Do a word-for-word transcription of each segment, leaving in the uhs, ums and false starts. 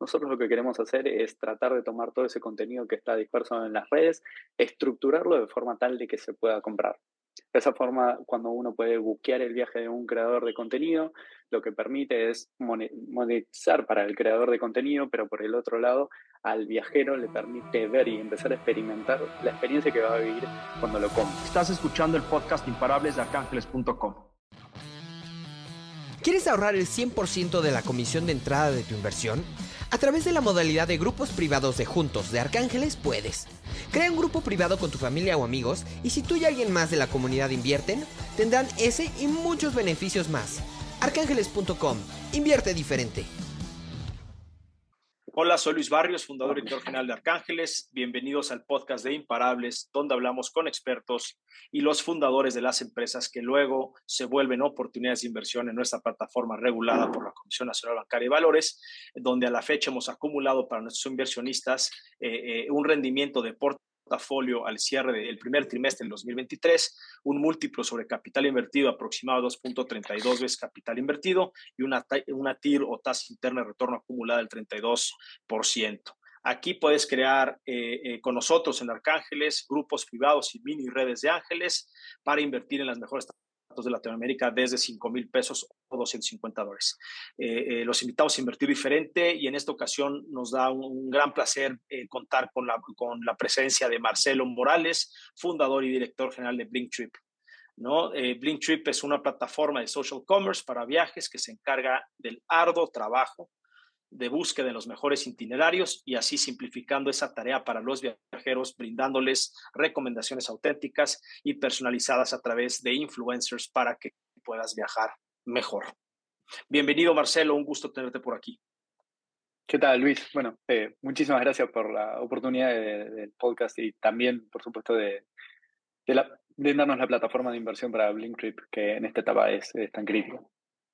Nosotros lo que queremos hacer es tratar de tomar todo ese contenido que está disperso en las redes, estructurarlo de forma tal de que se pueda comprar. De esa forma, cuando uno puede buquear el viaje de un creador de contenido, lo que permite es monetizar para el creador de contenido, pero por el otro lado, al viajero le permite ver y empezar a experimentar la experiencia que va a vivir cuando lo compre. Estás escuchando el podcast Imparables de arcángeles punto com. ¿Quieres ahorrar el cien por ciento de la comisión de entrada de tu inversión? A través de la modalidad de grupos privados de Juntos de Arcángeles puedes. Crea un grupo privado con tu familia o amigos y si tú y alguien más de la comunidad invierten, tendrán ese y muchos beneficios más. arcángeles punto com. Invierte diferente. Hola, soy Luis Barrios, fundador y director general de Arcángeles. Bienvenidos al podcast de Imparables, donde hablamos con expertos y los fundadores de las empresas que luego se vuelven oportunidades de inversión en nuestra plataforma regulada por la Comisión Nacional Bancaria y Valores, donde a la fecha hemos acumulado para nuestros inversionistas eh, eh, un rendimiento de portafolio al cierre del primer trimestre del dos mil veintitrés, un múltiplo sobre capital invertido aproximado a dos punto treinta y dos veces capital invertido y una, una T I R o tasa interna de retorno acumulada del treinta y dos por ciento. Aquí puedes crear eh, eh, con nosotros en Arcángeles grupos privados y mini redes de ángeles para invertir en las mejores de Latinoamérica desde cinco mil pesos o doscientos cincuenta dólares. Eh, eh, los invitamos a invertir diferente y en esta ocasión nos da un, un gran placer eh, contar con la, con la presencia de Marcelo Morales, fundador y director general de Blinktrip. ¿No? Eh, Blinktrip es una plataforma de social commerce para viajes que se encarga del arduo trabajo de búsqueda de los mejores itinerarios y así simplificando esa tarea para los viajeros, brindándoles recomendaciones auténticas y personalizadas a través de influencers para que puedas viajar mejor. Bienvenido, Marcelo, un gusto tenerte por aquí. ¿Qué tal, Luis? Bueno, eh, muchísimas gracias por la oportunidad de, de, del podcast y también, por supuesto, de, de, la, de darnos la plataforma de inversión para Blinktrip, que en esta etapa es, es tan crítica.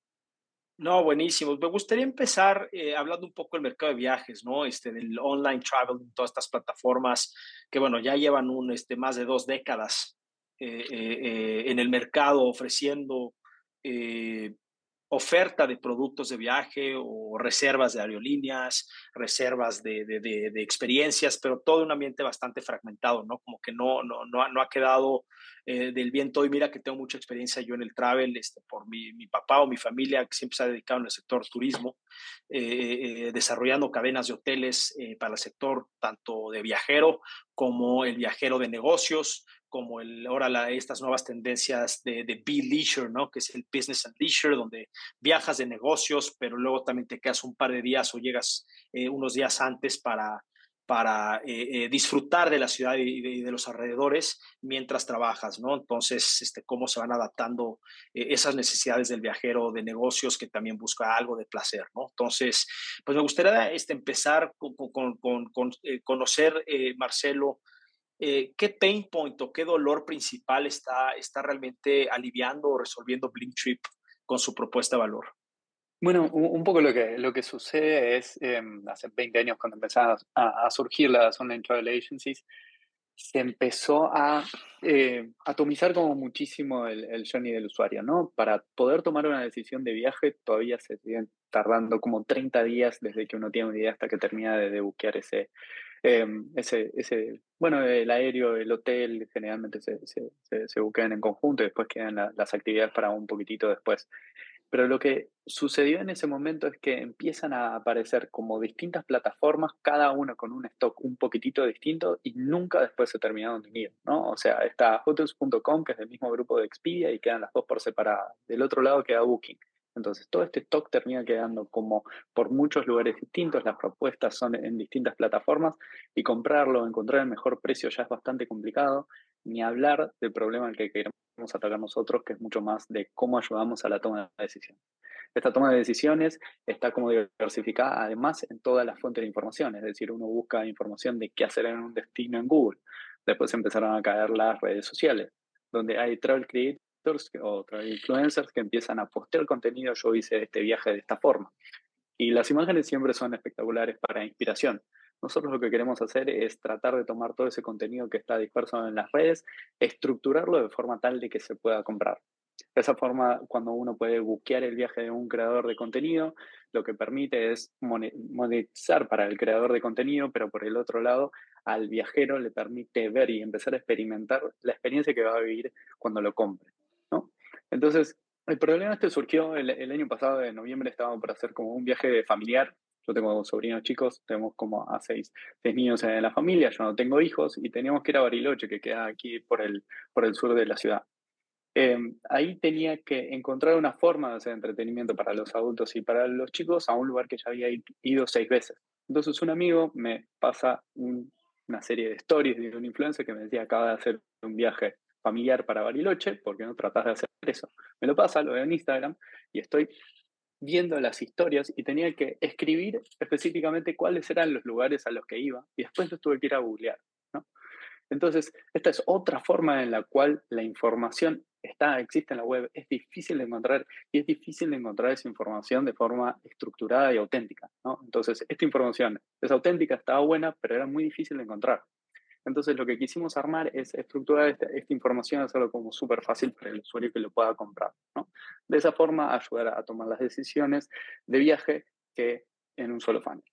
No, buenísimo. Me gustaría empezar eh, hablando un poco del mercado de viajes, ¿no? Este, del online travel, todas estas plataformas que, bueno, ya llevan un, este, más de dos décadas eh, eh, eh, en el mercado ofreciendo eh, oferta de productos de viaje o reservas de aerolíneas, reservas de, de, de, de experiencias, pero todo un ambiente bastante fragmentado, ¿no? Como que no, no, no, no ha quedado eh, del viento. Y mira que tengo mucha experiencia yo en el travel, este, por mi, mi papá o mi familia que siempre se ha dedicado en el sector turismo, eh, eh, desarrollando cadenas de hoteles eh, para el sector tanto de viajero como el viajero de negocios, como el, ahora la, estas nuevas tendencias de, de B-Leisure, ¿no? Que es el Business and Leisure, donde viajas de negocios, pero luego también te quedas un par de días o llegas eh, unos días antes para, para eh, eh, disfrutar de la ciudad y de, y de los alrededores mientras trabajas, ¿no? Entonces, este, cómo se van adaptando eh, esas necesidades del viajero de negocios que también busca algo de placer, ¿no? Entonces, pues me gustaría este, empezar con, con, con, con eh, conocer, eh, Marcelo, Eh, ¿qué pain point o qué dolor principal está, está realmente aliviando o resolviendo Blinktrip con su propuesta de valor? Bueno, un, un poco lo que, lo que sucede es, eh, hace veinte años cuando empezaron a, a surgir las online travel agencies, se empezó a eh, atomizar como muchísimo el, el journey del usuario, ¿no? Para poder tomar una decisión de viaje todavía se siguen tardando como treinta días desde que uno tiene una idea hasta que termina de, de buquear ese, eh, ese, ese, bueno, el aéreo, el hotel, generalmente se, se, se, se buquean en conjunto y después quedan la, las actividades para un poquitito después. Pero lo que sucedió en ese momento es que empiezan a aparecer como distintas plataformas, cada una con un stock un poquitito distinto y nunca después se terminaron de unir, ¿no? O sea, está hotels punto com, que es del mismo grupo de Expedia, y quedan las dos por separada. Del otro lado queda Booking. Entonces, todo este stock termina quedando como por muchos lugares distintos, las propuestas son en distintas plataformas y comprarlo, encontrar el mejor precio ya es bastante complicado, ni hablar del problema al que queremos atacar nosotros, que es mucho más de cómo ayudamos a la toma de decisiones. Esta toma de decisiones está como diversificada además en todas las fuentes de información, es decir, uno busca información de qué hacer en un destino en Google. Después empezaron a caer las redes sociales, donde hay travel creators o travel influencers que empiezan a postear contenido. Yo hice este viaje de esta forma. Y las imágenes siempre son espectaculares para inspiración. Nosotros lo que queremos hacer es tratar de tomar todo ese contenido que está disperso en las redes, estructurarlo de forma tal de que se pueda comprar. De esa forma, cuando uno puede buquear el viaje de un creador de contenido, lo que permite es monetizar para el creador de contenido, pero por el otro lado, al viajero le permite ver y empezar a experimentar la experiencia que va a vivir cuando lo compre, ¿no? Entonces, el problema este surgió el, el año pasado, en noviembre, estábamos para hacer como un viaje familiar. Yo tengo sobrinos chicos, tenemos como a seis, seis niños en la familia, yo no tengo hijos, y teníamos que ir a Bariloche, que queda aquí por el, por el sur de la ciudad. Eh, ahí tenía que encontrar una forma de hacer entretenimiento para los adultos y para los chicos a un lugar que ya había ido seis veces. Entonces un amigo me pasa un, una serie de stories de un influencer que me decía: acaba de hacer un viaje familiar para Bariloche, ¿por qué no tratás de hacer eso? Me lo pasa, lo veo en Instagram y estoy viendo las historias y tenía que escribir específicamente cuáles eran los lugares a los que iba y después los tuve que ir a googlear, ¿no? Entonces, esta es otra forma en la cual la información está, existe en la web, es difícil de encontrar y es difícil de encontrar esa información de forma estructurada y auténtica, ¿no? Entonces, esta información es auténtica, estaba buena, pero era muy difícil de encontrar. Entonces, lo que quisimos armar es estructurar esta, esta información, hacerlo como súper fácil para el usuario que lo pueda comprar, ¿no? De esa forma, ayudar a tomar las decisiones de viaje que en un solo funnel.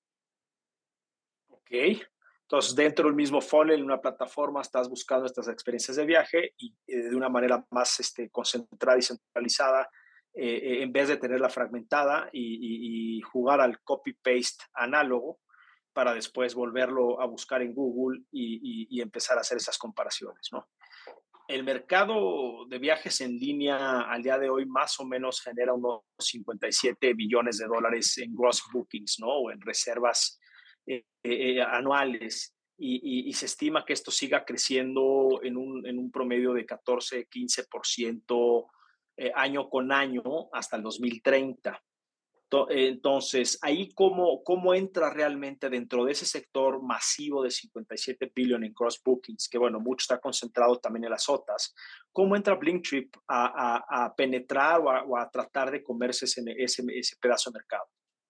Ok. Entonces, dentro del mismo funnel, en una plataforma, estás buscando estas experiencias de viaje y eh, de una manera más este, concentrada y centralizada, eh, eh, en vez de tenerla fragmentada y, y, y jugar al copy-paste análogo para después volverlo a buscar en Google y, y, y empezar a hacer esas comparaciones, ¿no? El mercado de viajes en línea al día de hoy más o menos genera unos cincuenta y siete billones de dólares en gross bookings, ¿no? O en reservas eh, eh, anuales. Y, y, y se estima que esto siga creciendo en un, en un promedio de catorce, quince por ciento eh, año con año hasta el dos mil treinta. Entonces, ahí cómo, cómo entra realmente dentro de ese sector masivo de cincuenta y siete billones en cross bookings, que bueno, mucho está concentrado también en las O T As. ¿Cómo entra Blinktrip a, a, a penetrar o a, o a tratar de comerse ese, ese, ese pedazo de mercado?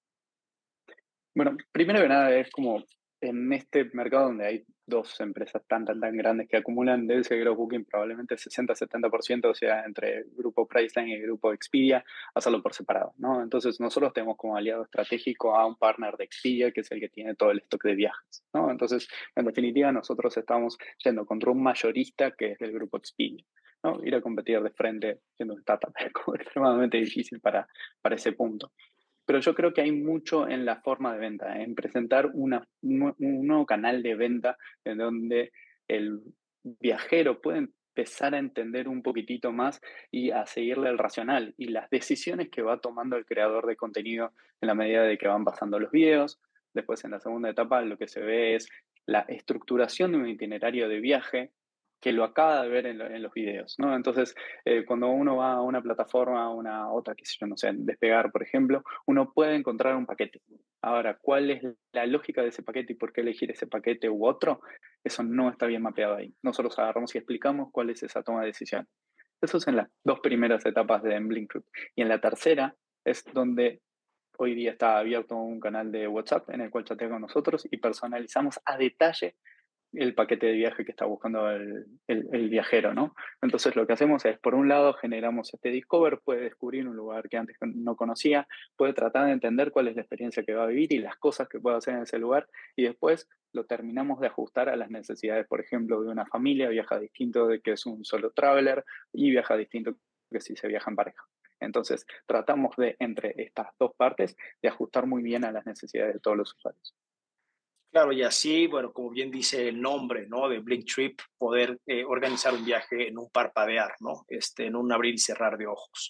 Bueno, primero que nada es como en este mercado donde hay dos empresas tan, tan, tan grandes que acumulan de ese gross booking probablemente sesenta a setenta por ciento, o sea, entre el grupo Priceline y el grupo Expedia, hacerlo por separado, ¿no? Entonces nosotros tenemos como aliado estratégico a un partner de Expedia, que es el que tiene todo el stock de viajes, ¿no? Entonces, en definitiva, nosotros estamos yendo contra un mayorista que es del grupo Expedia, ¿no? Ir a competir de frente, siendo que está también como extremadamente difícil para, para ese punto. Pero yo creo que hay mucho en la forma de venta, en presentar una, un nuevo canal de venta en donde el viajero puede empezar a entender un poquitito más y a seguirle el racional y las decisiones que va tomando el creador de contenido en la medida de que van pasando los videos. Después, en la segunda etapa, lo que se ve es la estructuración de un itinerario de viaje que lo acaba de ver en, lo, en los videos, ¿no? Entonces, eh, cuando uno va a una plataforma, a una otra, qué sé yo, no sé, Despegar, por ejemplo, uno puede encontrar un paquete. Ahora, ¿cuál es la lógica de ese paquete y por qué elegir ese paquete u otro? Eso no está bien mapeado ahí. Nosotros agarramos y explicamos cuál es esa toma de decisión. Eso es en las dos primeras etapas de Blinktrip. Y en la tercera es donde hoy día está abierto un canal de WhatsApp en el cual chatea con nosotros y personalizamos a detalle el paquete de viaje que está buscando el, el, el, viajero, ¿no? Entonces lo que hacemos es, por un lado, generamos este Discover, puede descubrir un lugar que antes no conocía, puede tratar de entender cuál es la experiencia que va a vivir y las cosas que puede hacer en ese lugar, y después lo terminamos de ajustar a las necesidades, por ejemplo, de una familia, viaja distinto de que es un solo traveler, y viaja distinto que si se viaja en pareja. Entonces, tratamos de, entre estas dos partes, de ajustar muy bien a las necesidades de todos los usuarios. Claro, y así, bueno, como bien dice el nombre, ¿no? De Blinktrip, poder eh, organizar un viaje en un parpadear, ¿no? Este, en un abrir y cerrar de ojos.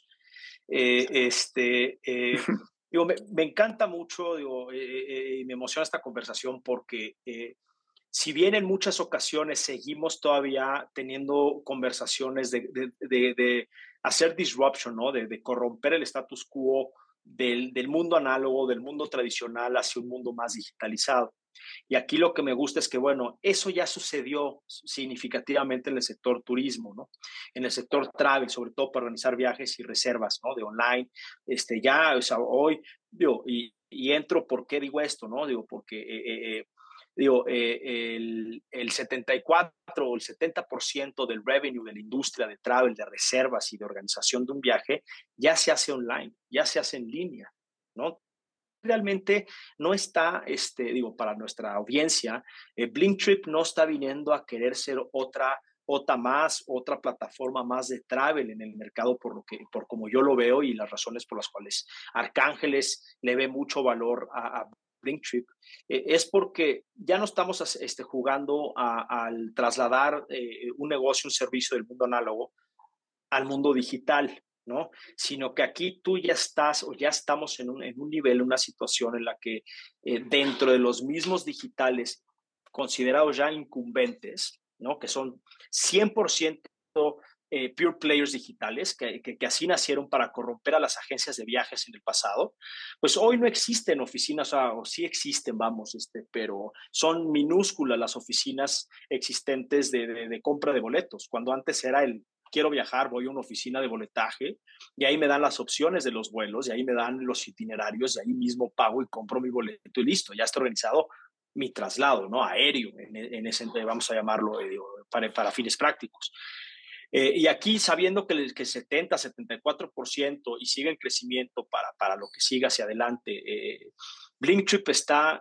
Eh, este, eh, digo, me, me, encanta mucho, digo, eh, eh, me emociona esta conversación porque eh, si bien en muchas ocasiones seguimos todavía teniendo conversaciones de, de, de, de hacer disruption, ¿no? De, de corromper el status quo del, del mundo análogo, del mundo tradicional hacia un mundo más digitalizado. Y aquí lo que me gusta es que, bueno, eso ya sucedió significativamente en el sector turismo, ¿no? En el sector travel, sobre todo para organizar viajes y reservas, ¿no? De online. Este, ya, o sea, hoy Digo, y, y entro, ¿por qué digo esto? ¿No? Digo, porque eh, eh, digo, eh, el, el setenta y cuatro o el setenta por ciento del revenue de la industria de travel, de reservas y de organización de un viaje ya se hace online, ya se hace en línea, ¿no? Realmente no está, este, digo, para nuestra audiencia, eh, Blinktrip no está viniendo a querer ser otra, otra más, otra plataforma más de travel en el mercado, por lo que, por como yo lo veo y las razones por las cuales Arcángeles le ve mucho valor a, a Blinktrip, eh, es porque ya no estamos este, jugando a, al trasladar eh, un negocio, un servicio del mundo análogo al mundo digital, ¿no? Sino que aquí tú ya estás o ya estamos en un, en un nivel, una situación en la que eh, dentro de los mismos digitales considerados ya incumbentes, ¿no? Que son cien por ciento eh, pure players digitales, que, que, que así nacieron para corromper a las agencias de viajes en el pasado, pues hoy no existen oficinas, o, sea, o sí existen, vamos, este, pero son minúsculas las oficinas existentes de, de, de compra de boletos, cuando antes era el quiero viajar, voy a una oficina de boletaje y ahí me dan las opciones de los vuelos y ahí me dan los itinerarios y ahí mismo pago y compro mi boleto y listo, ya está organizado mi traslado, ¿no? Aéreo, en, en ese, vamos a llamarlo, eh, para, para fines prácticos. Eh, y aquí, sabiendo que el que setenta, setenta y cuatro por ciento y sigue en crecimiento para, para lo que siga hacia adelante, eh, Blinktrip está,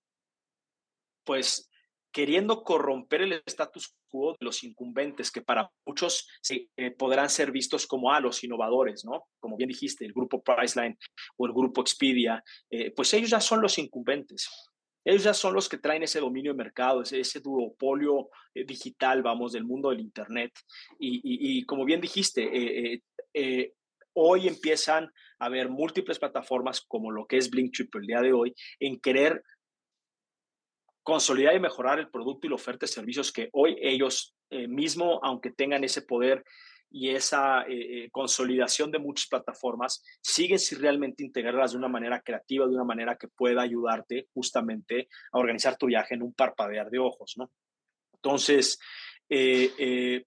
pues, queriendo corromper el status quo de los incumbentes, que para muchos sí, eh, podrán ser vistos como a ah, los innovadores, ¿no? Como bien dijiste, el grupo Priceline o el grupo Expedia, eh, pues ellos ya son los incumbentes. Ellos ya son los que traen ese dominio de mercado, ese, ese duopolio eh, digital, vamos, del mundo del Internet. Y, y, y como bien dijiste, eh, eh, eh, hoy empiezan a haber múltiples plataformas como lo que es Blinktrip el día de hoy, en querer consolidar y mejorar el producto y la oferta de servicios que hoy ellos eh, mismo, aunque tengan ese poder y esa eh, consolidación de muchas plataformas, siguen sin realmente integrarlas de una manera creativa, de una manera que pueda ayudarte justamente a organizar tu viaje en un parpadear de ojos, ¿no? Entonces, eh, eh,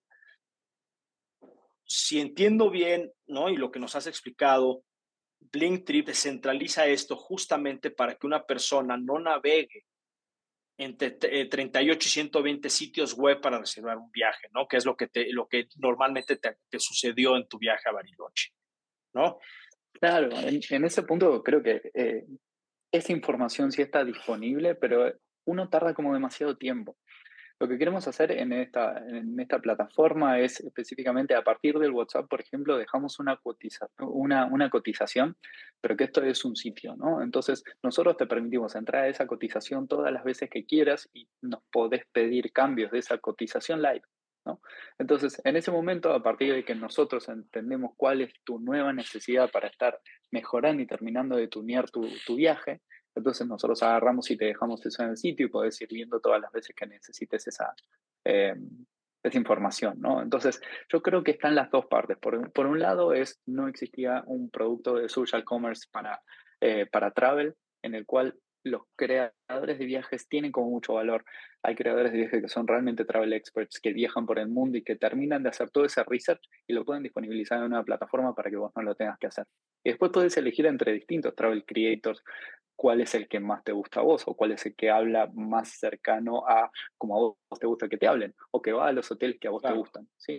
si entiendo bien, ¿no? Y lo que nos has explicado, Blinktrip descentraliza esto justamente para que una persona no navegue entre treinta y ocho y ciento veinte sitios web para reservar un viaje, ¿no? Que es lo que, te, lo que normalmente te, te sucedió en tu viaje a Bariloche, ¿no? Claro, en, en ese punto creo que eh, esa información sí está disponible, pero uno tarda como demasiado tiempo. Lo que queremos hacer en esta, en esta plataforma es específicamente a partir del WhatsApp, por ejemplo, dejamos una, cotiza, una, una cotización, pero que esto es un sitio, ¿no? Entonces, nosotros te permitimos entrar a esa cotización todas las veces que quieras y nos podés pedir cambios de esa cotización live, ¿no? Entonces, en ese momento, a partir de que nosotros entendemos cuál es tu nueva necesidad para estar mejorando y terminando de tunear tu, tu viaje, entonces nosotros agarramos y te dejamos eso en el sitio y podés ir viendo todas las veces que necesites esa, eh, esa información, ¿no? Entonces yo creo que están las dos partes. Por, por un lado es, no existía un producto de social commerce para, eh, para travel en el cual los creadores de viajes tienen como mucho valor. Hay creadores de viajes que son realmente travel experts, que viajan por el mundo y que terminan de hacer todo ese research y lo pueden disponibilizar en una plataforma para que vos no lo tengas que hacer. Y después podés elegir entre distintos travel creators cuál es el que más te gusta a vos o cuál es el que habla más cercano a como a vos te gusta que te hablen o que va a los hoteles que a vos claro. te gustan. ¿Sí?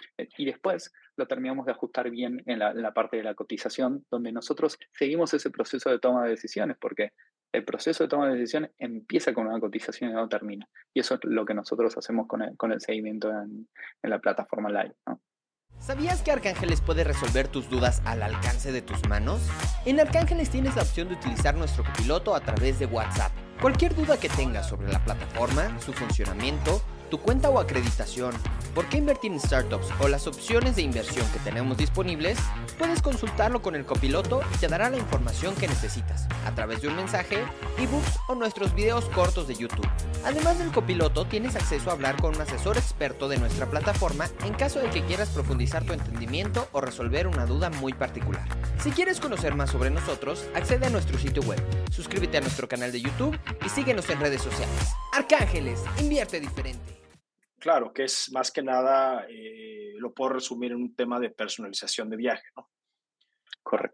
Y después lo terminamos de ajustar bien en la, en la parte de la cotización, donde nosotros seguimos ese proceso de toma de decisiones, porque el proceso de toma de decisiones empieza con una cotización y no termina. Y eso es lo que nosotros hacemos con el, con el seguimiento en, en la plataforma live, ¿no? ¿Sabías que Arcángeles puede resolver tus dudas al alcance de tus manos? En Arcángeles tienes la opción de utilizar nuestro copiloto a través de WhatsApp. Cualquier duda que tengas sobre la plataforma, su funcionamiento, tu cuenta o acreditación, por qué invertir en startups o las opciones de inversión que tenemos disponibles, puedes consultarlo con el copiloto y te dará la información que necesitas a través de un mensaje, ebooks o nuestros videos cortos de YouTube. Además del copiloto, tienes acceso a hablar con un asesor experto de nuestra plataforma en caso de que quieras profundizar tu entendimiento o resolver una duda muy particular. Si quieres conocer más sobre nosotros, accede a nuestro sitio web, suscríbete a nuestro canal de YouTube y síguenos en redes sociales. Arcángeles, invierte diferente. Claro, que es más que nada, eh, lo puedo resumir en un tema de personalización de viaje, ¿no? Correcto.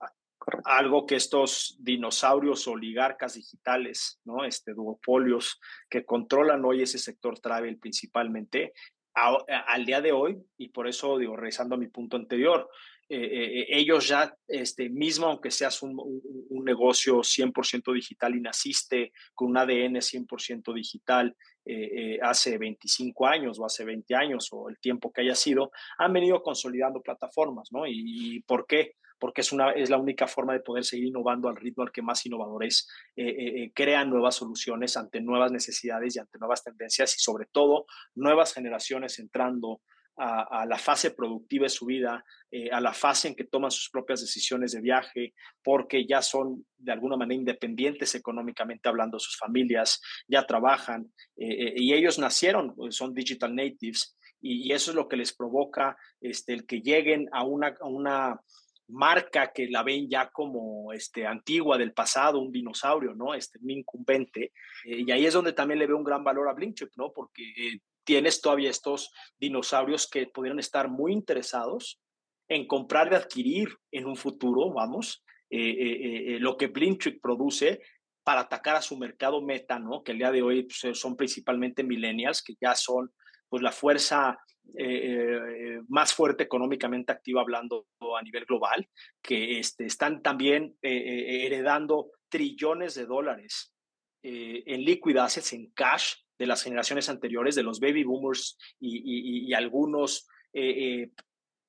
correcto. Algo que estos dinosaurios oligarcas digitales, ¿no? Este, duopolios que controlan hoy ese sector travel principalmente, a, a, al día de hoy, y por eso digo, regresando a mi punto anterior, eh, eh, ellos ya, este, mismo aunque seas un, un, un negocio cien por ciento digital y naciste con un A D N cien por ciento digital eh, eh, hace veinticinco años o hace veinte años o el tiempo que haya sido, han venido consolidando plataformas, ¿no? ¿Y, y por qué? Porque es, una, es la única forma de poder seguir innovando al ritmo al que más innovadores eh, eh, crean nuevas soluciones ante nuevas necesidades y ante nuevas tendencias y sobre todo nuevas generaciones entrando a, a la fase productiva de su vida, eh, a la fase en que toman sus propias decisiones de viaje, porque ya son de alguna manera independientes económicamente hablando de sus familias, ya trabajan eh, eh, y ellos nacieron, son digital natives y, y eso es lo que les provoca este, el que lleguen a una... A una marca que la ven ya como este, antigua del pasado, un dinosaurio, ¿no? Este, un incumbente. Eh, y ahí es donde también le veo un gran valor a Blinktrip, ¿no? Porque eh, tienes todavía estos dinosaurios que pudieran estar muy interesados en comprar y adquirir en un futuro, vamos, eh, eh, eh, lo que Blinktrip produce para atacar a su mercado meta, ¿no? Que el día de hoy pues, son principalmente millennials, que ya son pues la fuerza eh, eh, más fuerte económicamente activa hablando a nivel global, que este, están también eh, eh, heredando trillones de dólares eh, en liquid assets, en cash de las generaciones anteriores, de los baby boomers y, y, y algunos eh, eh,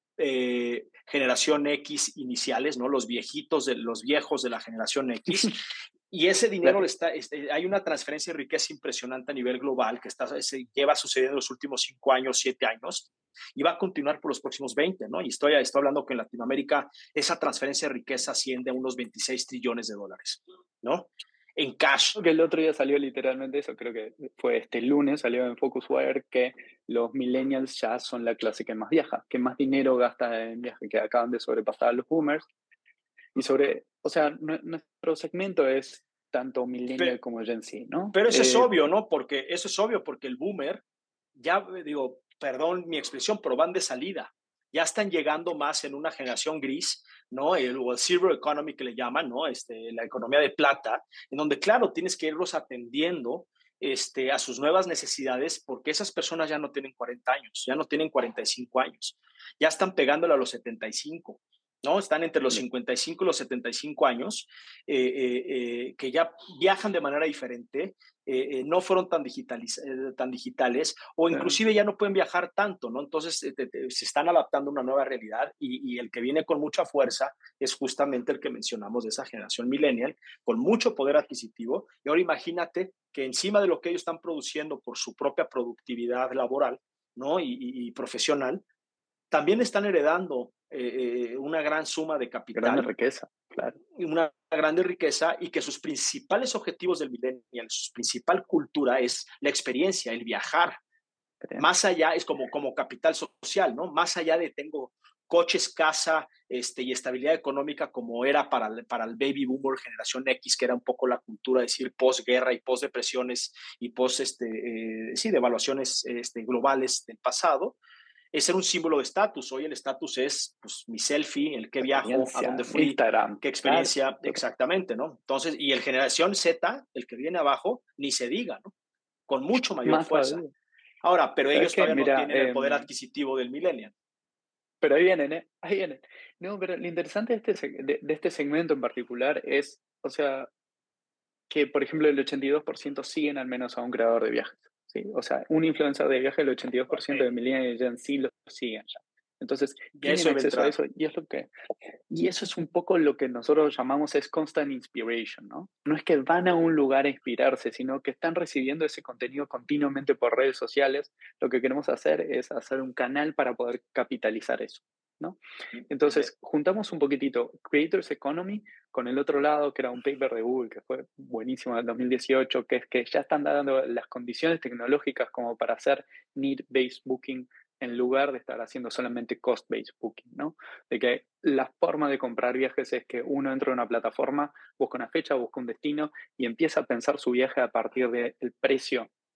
eh, generación X iniciales, ¿no? Los viejitos, de, los viejos de la generación X. Y ese dinero, está, este, hay una transferencia de riqueza impresionante a nivel global que está, se lleva sucediendo en los últimos cinco años, siete años, y va a continuar por los próximos veinte, ¿no? Y estoy, estoy hablando que en Latinoamérica esa transferencia de riqueza asciende a unos veintiséis trillones de dólares, ¿no? En cash. Creo que el otro día salió literalmente eso, creo que fue este lunes, salió en Focuswire que los millennials ya son la clase que más viaja, que más dinero gasta en viaje, que acaban de sobrepasar a los boomers. Y sobre, o sea, nuestro segmento es tanto millennial pero, como Gen Z, ¿no? Pero eso eh, es obvio, ¿no? Porque eso es obvio, porque el boomer, ya digo, perdón mi expresión, pero van de salida. Ya están llegando más en una generación gris, ¿no? El, o el silver economy que le llaman, ¿no? Este, la economía de plata, en donde, claro, tienes que irlos atendiendo este, a sus nuevas necesidades, porque esas personas ya no tienen cuarenta años, ya no tienen cuarenta y cinco años, ya están pegándole a los setenta y cinco. ¿No? Están entre los cincuenta y cinco y los setenta y cinco años, eh, eh, eh, que ya viajan de manera diferente, eh, eh, no fueron tan, digitaliz eh, tan digitales, o inclusive ya no pueden viajar tanto, ¿no? Entonces eh, te, te, se están adaptando a una nueva realidad y, y el que viene con mucha fuerza es justamente el que mencionamos de esa generación millennial, con mucho poder adquisitivo, y ahora imagínate que encima de lo que ellos están produciendo por su propia productividad laboral, ¿no? y, y, y profesional, también están heredando eh, una gran suma de capital. Grande riqueza, claro. Una grande riqueza y que sus principales objetivos del millennial, su principal cultura es la experiencia, el viajar. Bien. Más allá, es como, como capital social, ¿no? Más allá de tengo coches, casa este, y estabilidad económica como era para, para el baby boomer generación X, que era un poco la cultura, es decir, posguerra y posdepresiones y post, este, eh, sí, devaluaciones este, globales del pasado. Ese era un símbolo de estatus. Hoy el estatus es pues, mi selfie, el que viajo, a dónde fui, Instagram, qué experiencia, claro. Exactamente, ¿no? Entonces, y el generación Z, el que viene abajo, ni se diga, ¿no? Con mucho mayor Más fuerza. todavía. Ahora, pero ellos qué? todavía Mira, no tienen eh, el poder adquisitivo del millennial. Pero ahí vienen, ¿eh? Ahí vienen. No, pero lo interesante de este, de, de este segmento en particular es, o sea, que, por ejemplo, el ochenta y dos por ciento siguen al menos a un creador de viajes. ¿Sí? O sea, un influencer de viaje, el ochenta y dos por ciento okay. de millennials y Gen Z lo siguen ya. Entonces, tienen acceso a eso y es lo que... Y eso es un poco lo que nosotros llamamos es constant inspiration, ¿no? No es que van a un lugar a inspirarse, sino que están recibiendo ese contenido continuamente por redes sociales. Lo que queremos hacer es hacer un canal para poder capitalizar eso, ¿no? Entonces, juntamos un poquitito Creators Economy con el otro lado, que era un paper de Google que fue buenísimo en el dos mil dieciocho, que es que ya están dando las condiciones tecnológicas como para hacer need-based booking en lugar de estar haciendo solamente cost-based booking, ¿no? De que la forma de comprar viajes es que uno entra a una plataforma, busca una fecha, busca un destino y empieza a pensar su viaje a partir del precio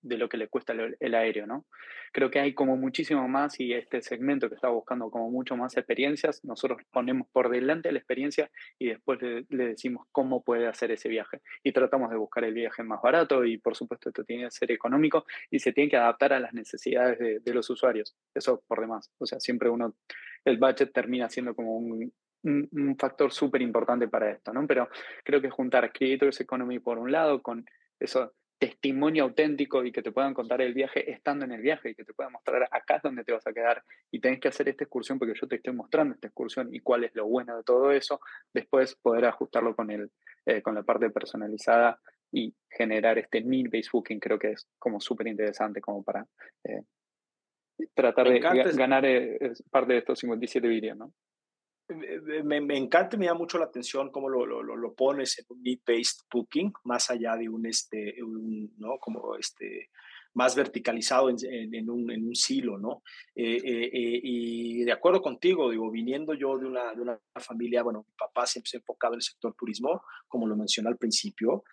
de lo que le cuesta el, el aéreo, ¿no? Creo que hay como muchísimo más y este segmento que está buscando como mucho más experiencias, nosotros ponemos por delante la experiencia y después le, le decimos cómo puede hacer ese viaje. Y tratamos de buscar el viaje más barato y por supuesto esto tiene que ser económico y se tiene que adaptar a las necesidades de, de los usuarios. Eso por demás. O sea, siempre uno, el budget termina siendo como un, un, un factor súper importante para esto, ¿no? Pero creo que juntar Creators Economy por un lado con eso, testimonio auténtico y que te puedan contar el viaje estando en el viaje y que te puedan mostrar acá es donde te vas a quedar y tenés que hacer esta excursión porque yo te estoy mostrando esta excursión y cuál es lo bueno de todo eso, después poder ajustarlo con, el, eh, con la parte personalizada y generar este need-based booking creo que es como súper interesante como para eh, tratar de ga ganar eh, parte de estos cincuenta y siete billones, ¿no? Me, me encanta y me da mucho la atención cómo lo, lo, lo pones en un need-based booking, más allá de un, este, un, ¿no? Como este, más verticalizado en, en, en, un, en un silo, ¿no? Eh, eh, eh, y de acuerdo contigo, digo, viniendo yo de una, de una familia, bueno, mi papá siempre se ha enfocado en el sector turismo, como lo mencioné al principio,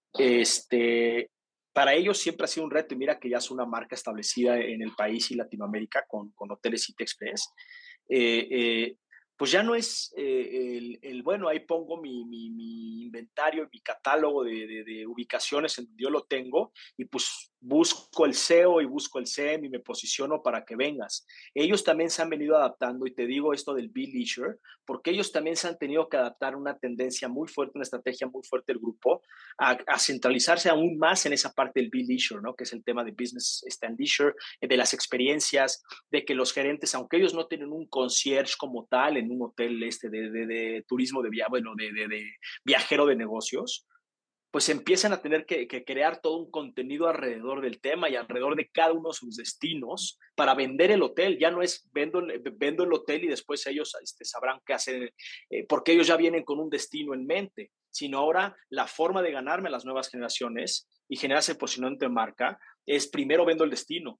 este, para ellos siempre ha sido un reto, y mira que ya es una marca establecida en el país y Latinoamérica con, con Hoteles City Express. Eh, eh, pues ya no es eh, el, el, bueno, ahí pongo mi, mi, mi inventario, mi catálogo de, de, de ubicaciones en donde yo lo tengo y pues busco el S E O y busco el S E M y me posiciono para que vengas. Ellos también se han venido adaptando y te digo esto del Be Leisure, porque ellos también se han tenido que adaptar a una tendencia muy fuerte, una estrategia muy fuerte del grupo, a, a centralizarse aún más en esa parte del Be Leisure, ¿no? Que es el tema de Business and Leisure, de las experiencias, de que los gerentes, aunque ellos no tienen un concierge como tal en un hotel este de, de, de turismo de viaje, bueno, de, de, de viajero de negocios, pues empiezan a tener que, que crear todo un contenido alrededor del tema y alrededor de cada uno de sus destinos para vender el hotel. Ya no es vendo, vendo el hotel y después ellos este, sabrán qué hacer, eh, porque ellos ya vienen con un destino en mente, sino ahora la forma de ganarme a las nuevas generaciones y generarse el posicionamiento de marca es primero vendo el destino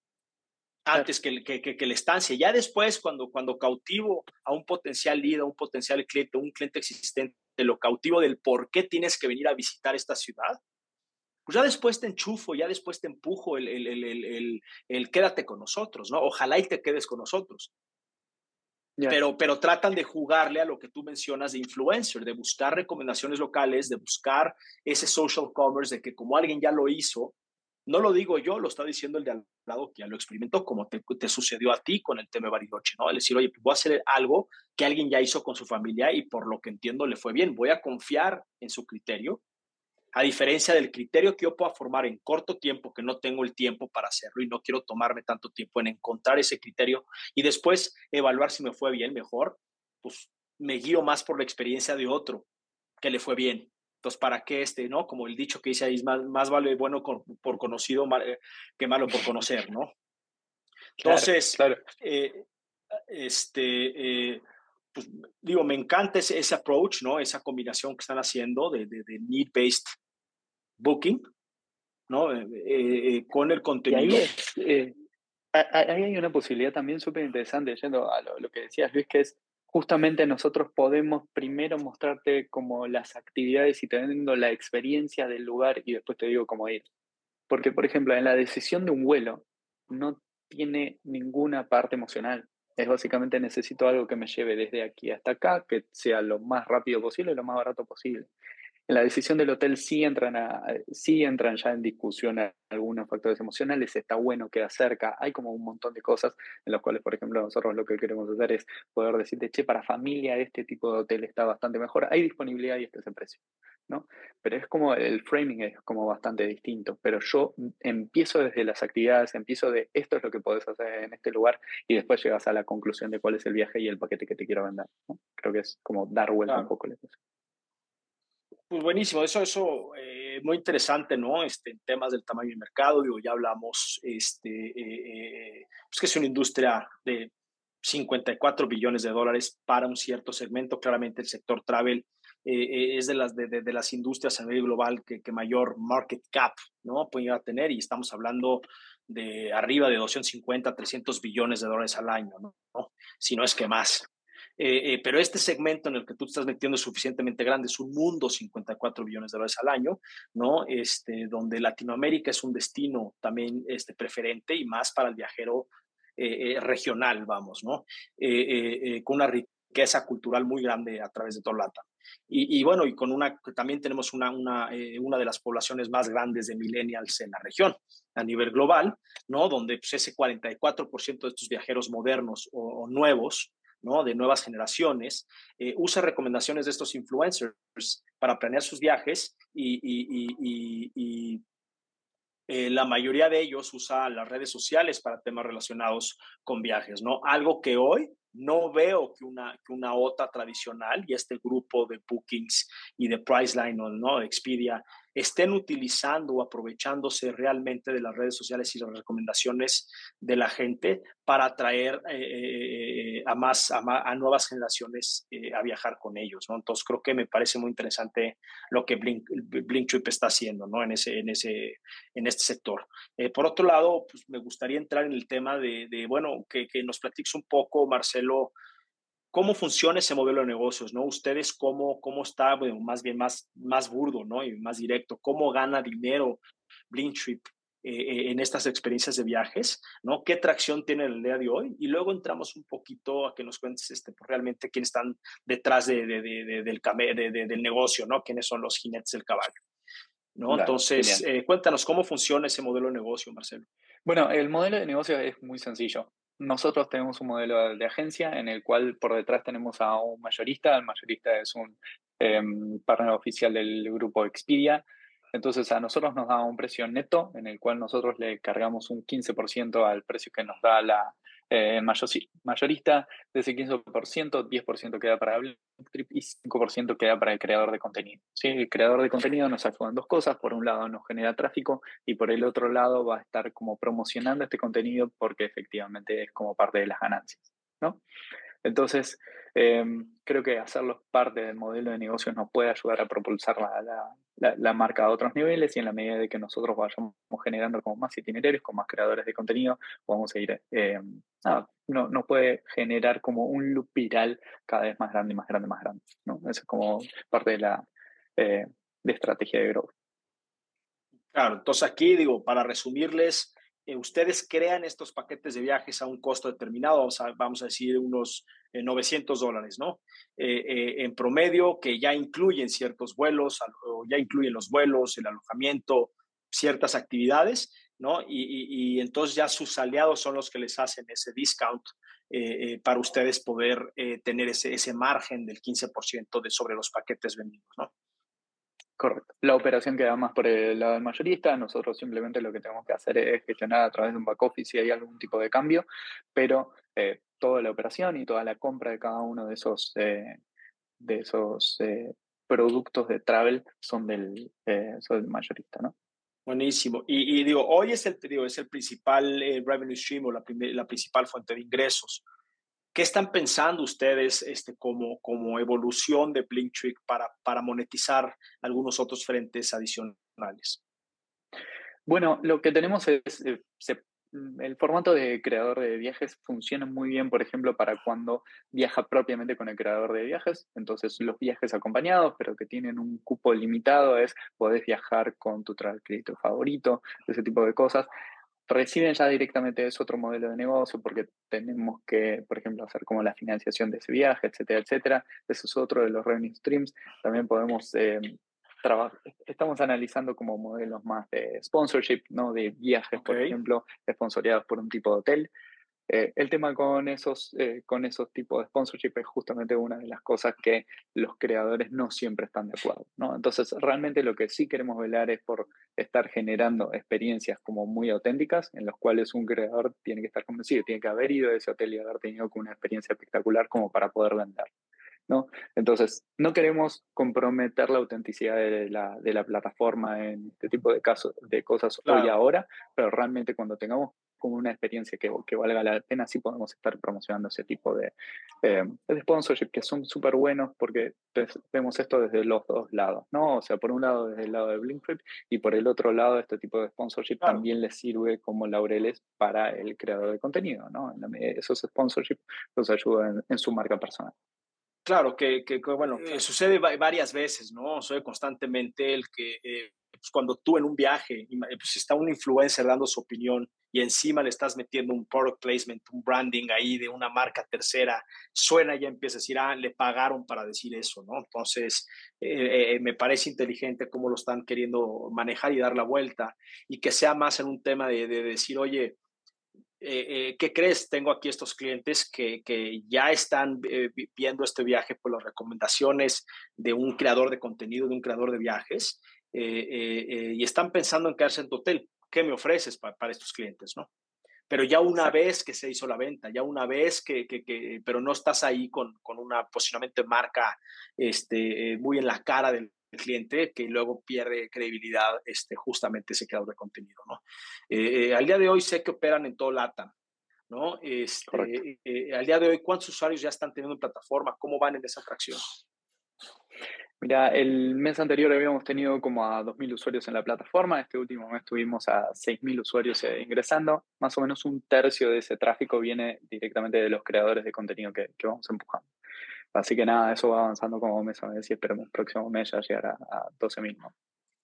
antes que, que, que, que la estancia. Ya después, cuando, cuando cautivo a un potencial lead, a un potencial cliente, un cliente existente, lo cautivo del por qué tienes que venir a visitar esta ciudad, pues ya después te enchufo, ya después te empujo el, el, el, el, el, el quédate con nosotros, ¿no? Ojalá y te quedes con nosotros. Yeah. Pero, pero tratan de jugarle a lo que tú mencionas de influencer, de buscar recomendaciones locales, de buscar ese social commerce, de que como alguien ya lo hizo, no lo digo yo, lo está diciendo el de al lado que ya lo experimentó, como te, te sucedió a ti con el tema de Bariloche, ¿no? El decir, oye, voy a hacer algo que alguien ya hizo con su familia y por lo que entiendo le fue bien. Voy a confiar en su criterio, a diferencia del criterio que yo pueda formar en corto tiempo, que no tengo el tiempo para hacerlo y no quiero tomarme tanto tiempo en encontrar ese criterio y después evaluar si me fue bien, mejor, pues me guío más por la experiencia de otro que le fue bien. Entonces, ¿para qué este, no? Como el dicho que dice ahí, más, más vale bueno con, por conocido mal, que malo por conocer, ¿no? Entonces, claro, claro. Eh, este, eh, pues digo, me encanta ese, ese approach, ¿no? Esa combinación que están haciendo de, de, de need-based booking, ¿no? Eh, eh, con el contenido. Y ahí, es, eh, ahí hay una posibilidad también súper interesante, yendo a lo, lo que decías, Luis, que es justamente nosotros podemos primero mostrarte como las actividades y teniendo la experiencia del lugar y después te digo cómo ir. Porque, por ejemplo, en la decisión de un vuelo no tiene ninguna parte emocional. Es básicamente necesito algo que me lleve desde aquí hasta acá, que sea lo más rápido posible y lo más barato posible. En la decisión del hotel sí entran, a, sí entran ya en discusión algunos factores emocionales, está bueno, queda cerca, hay como un montón de cosas en las cuales, por ejemplo, nosotros lo que queremos hacer es poder decirte, che, para familia este tipo de hotel está bastante mejor, hay disponibilidad y este es el precio, ¿no? Pero es como, el framing es como bastante distinto, pero yo empiezo desde las actividades, empiezo de esto es lo que podés hacer en este lugar y después llegas a la conclusión de cuál es el viaje y el paquete que te quiero vender, ¿no? Creo que es como dar vuelta claro. un poco la cosa. Pues buenísimo, eso, eso, eh, muy interesante, ¿no? Este, en temas del tamaño del mercado, digo, ya hablamos, este, eh, eh, pues que es una industria de cincuenta y cuatro billones de dólares para un cierto segmento. Claramente el sector travel eh, es de las, de, de, de las industrias a nivel global que, que mayor market cap, ¿no? Puede llegar a tener y estamos hablando de arriba de doscientos cincuenta, trescientos billones de dólares al año, ¿no? Si no es que más. Eh, eh, pero este segmento en el que tú te estás metiendo es suficientemente grande, es un mundo, cincuenta y cuatro billones de dólares al año, ¿no? Este, donde Latinoamérica es un destino también este, preferente y más para el viajero eh, eh, regional, vamos, ¿no? Eh, eh, eh, con una riqueza cultural muy grande a través de todo LATAM. Y, y bueno, y con una, también tenemos una, una, eh, una de las poblaciones más grandes de millennials en la región a nivel global, ¿no? Donde pues, ese cuarenta y cuatro por ciento de estos viajeros modernos o, o nuevos, ¿no? De nuevas generaciones, eh, usa recomendaciones de estos influencers para planear sus viajes y, y, y, y, y eh, la mayoría de ellos usa las redes sociales para temas relacionados con viajes, ¿no? Algo que hoy no veo que una, que una O T A tradicional y este grupo de Bookings y de Priceline o no, Expedia estén utilizando o aprovechándose realmente de las redes sociales y las recomendaciones de la gente para atraer eh, a, más, a, más, a nuevas generaciones eh, a viajar con ellos, ¿no? Entonces creo que me parece muy interesante lo que Blink, Blinktrip está haciendo, ¿no? En ese, en ese, en este sector. Eh, por otro lado, pues me gustaría entrar en el tema de, de bueno, que, que nos platiques un poco, Marcelo, cómo funciona ese modelo de negocios, ¿no? Ustedes, cómo, cómo está, bueno, más bien más, más burdo, ¿no? Y más directo, cómo gana dinero Blinktrip eh, en estas experiencias de viajes, ¿no? ¿Qué tracción tiene el día de hoy? Y luego entramos un poquito a que nos cuentes este, pues, realmente quiénes están detrás de, de, de, de, del, de, de, del negocio, ¿no? ¿Quiénes son los jinetes del caballo? ¿No? Claro, Entonces, genial. eh, cuéntanos cómo funciona ese modelo de negocio, Marcelo. Bueno, el modelo de negocio es muy sencillo. Nosotros tenemos un modelo de agencia en el cual por detrás tenemos a un mayorista. El mayorista es un eh, partner oficial del grupo Expedia. Entonces a nosotros nos da un precio neto en el cual nosotros le cargamos un quince por ciento al precio que nos da la, eh, el mayorista. De ese quince por ciento, diez por ciento queda para Blinktrip y cinco por ciento queda para el creador de contenido. ¿Sí? El creador de contenido nos ayuda en dos cosas. Por un lado nos genera tráfico y por el otro lado va a estar como promocionando este contenido porque efectivamente es como parte de las ganancias, ¿no? Entonces, eh, creo que hacerlos parte del modelo de negocios nos puede ayudar a propulsar la, la, la, la marca a otros niveles y en la medida de que nosotros vayamos generando como más itinerarios, con más creadores de contenido, vamos a ir, eh, ah, no, nos puede generar como un loop viral cada vez más grande, más grande, más grande, ¿no? Eso es como parte de la eh, de estrategia de growth. Claro, entonces aquí digo, para resumirles, eh, ustedes crean estos paquetes de viajes a un costo determinado, vamos a, vamos a decir unos eh, novecientos dólares, ¿no? Eh, eh, en promedio, que ya incluyen ciertos vuelos, o ya incluyen los vuelos, el alojamiento, ciertas actividades, ¿no? Y, y, y entonces ya sus aliados son los que les hacen ese discount eh, eh, para ustedes poder eh, tener ese, ese margen del quince por ciento de sobre los paquetes vendidos, ¿no? Correcto. La operación queda más por el lado del mayorista. Nosotros simplemente lo que tenemos que hacer es gestionar a través de un back office si hay algún tipo de cambio, pero eh, toda la operación y toda la compra de cada uno de esos, eh, de esos eh, productos de travel son del, eh, son del mayorista, ¿no? Buenísimo. Y, y digo, hoy es el, digo, es el principal eh, revenue stream o la, primer, la principal fuente de ingresos. ¿Qué están pensando ustedes este, como, como evolución de Blinktrip para, para monetizar algunos otros frentes adicionales? Bueno, lo que tenemos es, eh, se, el formato de creador de viajes funciona muy bien, por ejemplo, para cuando viaja propiamente con el creador de viajes. Entonces, los viajes acompañados, pero que tienen un cupo limitado, es podés viajar con tu travel crédito favorito, ese tipo de cosas. Reciben ya directamente es otro modelo de negocio porque tenemos que, por ejemplo, hacer como la financiación de ese viaje, etcétera, etcétera. Eso es otro de los revenue streams. También podemos eh, trabajar, estamos analizando como modelos más de sponsorship, ¿no? De viajes, por Okay. ejemplo, sponsoriados por un tipo de hotel. Eh, el tema con esos, eh, con esos tipos de sponsorship es justamente una de las cosas que los creadores no siempre están de acuerdo, ¿no? Entonces, realmente lo que sí queremos velar es por estar generando experiencias como muy auténticas, en las cuales un creador tiene que estar convencido, tiene que haber ido a ese hotel y haber tenido una experiencia espectacular como para poder vender, ¿no? Entonces, no queremos comprometer la autenticidad de la, de la plataforma en este tipo de casos, de cosas hoy Claro. ahora, pero realmente cuando tengamos como una experiencia que, que valga la pena, sí podemos estar promocionando ese tipo de, eh, de sponsorship que son súper buenos porque pues, vemos esto desde los dos lados, ¿no? O sea, por un lado desde el lado de Blinktrip y por el otro lado este tipo de sponsorship Claro. también les sirve como laureles para el creador de contenido, ¿no? En la medida de esos sponsorship los ayudan en, en su marca personal. Claro, que, que, que bueno, eh, sucede varias veces, ¿no? Sucede constantemente el que eh, pues cuando tú en un viaje, pues está un influencer dando su opinión y encima le estás metiendo un product placement, un branding ahí de una marca tercera, suena y ya empieza a decir, ah, le pagaron para decir eso, ¿no? Entonces, eh, eh, me parece inteligente cómo lo están queriendo manejar y dar la vuelta y que sea más en un tema de, de decir, oye, Eh, eh, ¿qué crees? Tengo aquí estos clientes que, que ya están eh, viendo este viaje por las recomendaciones de un creador de contenido, de un creador de viajes, eh, eh, eh, y están pensando en quedarse en tu hotel. ¿Qué me ofreces pa, para estos clientes, no? Pero ya una Exacto. vez que se hizo la venta, ya una vez que, que, que pero no estás ahí con, con una posicionamiento de marca este, eh, muy en la cara del cliente que luego pierde credibilidad este, justamente ese creador de contenido, ¿no? Eh, eh, al día de hoy sé que operan en todo LATAM, ¿no? Correcto. Este, eh, al día de hoy, ¿cuántos usuarios ya están teniendo en plataforma? ¿Cómo van en esa atracción? Mira, el mes anterior habíamos tenido como a dos mil usuarios en la plataforma, este último mes tuvimos a seis mil usuarios eh, ingresando, más o menos un tercio de ese tráfico viene directamente de los creadores de contenido que, que vamos empujando. Así que nada, eso va avanzando como mes a mes y esperemos el próximo mes ya llegar a, a doce mil, ¿no?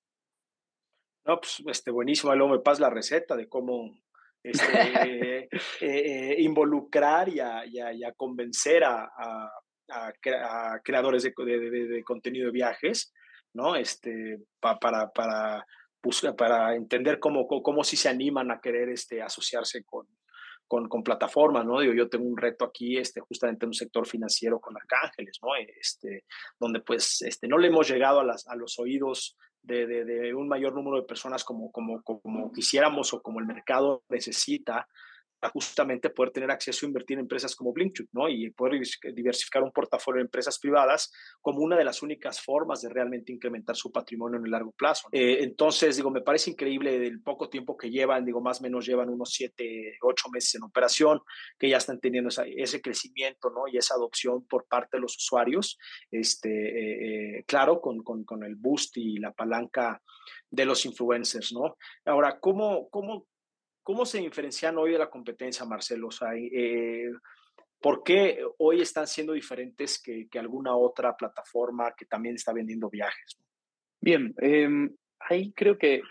No, pues este, buenísimo. Luego me pasas la receta de cómo este, eh, eh, involucrar y a, y a, y a convencer a, a, a, cre- a creadores de, de, de, de contenido de viajes, ¿no? Este, pa, para, para, buscar, para entender cómo, cómo, cómo sí se animan a querer este, asociarse con, con, con plataformas, ¿no? Digo, yo tengo un reto aquí, este, justamente en un sector financiero con Arcángeles, ¿no? Este, donde pues este, no le hemos llegado a, las, a los oídos de, de, de, un mayor número de personas como, como, como quisiéramos o como el mercado necesita para justamente poder tener acceso a invertir en empresas como Blinktrip, ¿no? Y poder diversificar un portafolio de empresas privadas como una de las únicas formas de realmente incrementar su patrimonio en el largo plazo, ¿no? Eh, entonces, digo, me parece increíble el poco tiempo que llevan, digo, más o menos llevan unos siete, ocho meses en operación, que ya están teniendo esa, ese crecimiento, ¿no? Y esa adopción por parte de los usuarios, este, eh, eh, claro, con, con, con el boost y la palanca de los influencers, ¿no? Ahora, ¿cómo, cómo ¿Cómo se diferencian hoy de la competencia, Marcelo? O sea, eh, ¿por qué hoy están siendo diferentes que, que, alguna otra plataforma que también está vendiendo viajes? Bien, eh, ahí creo que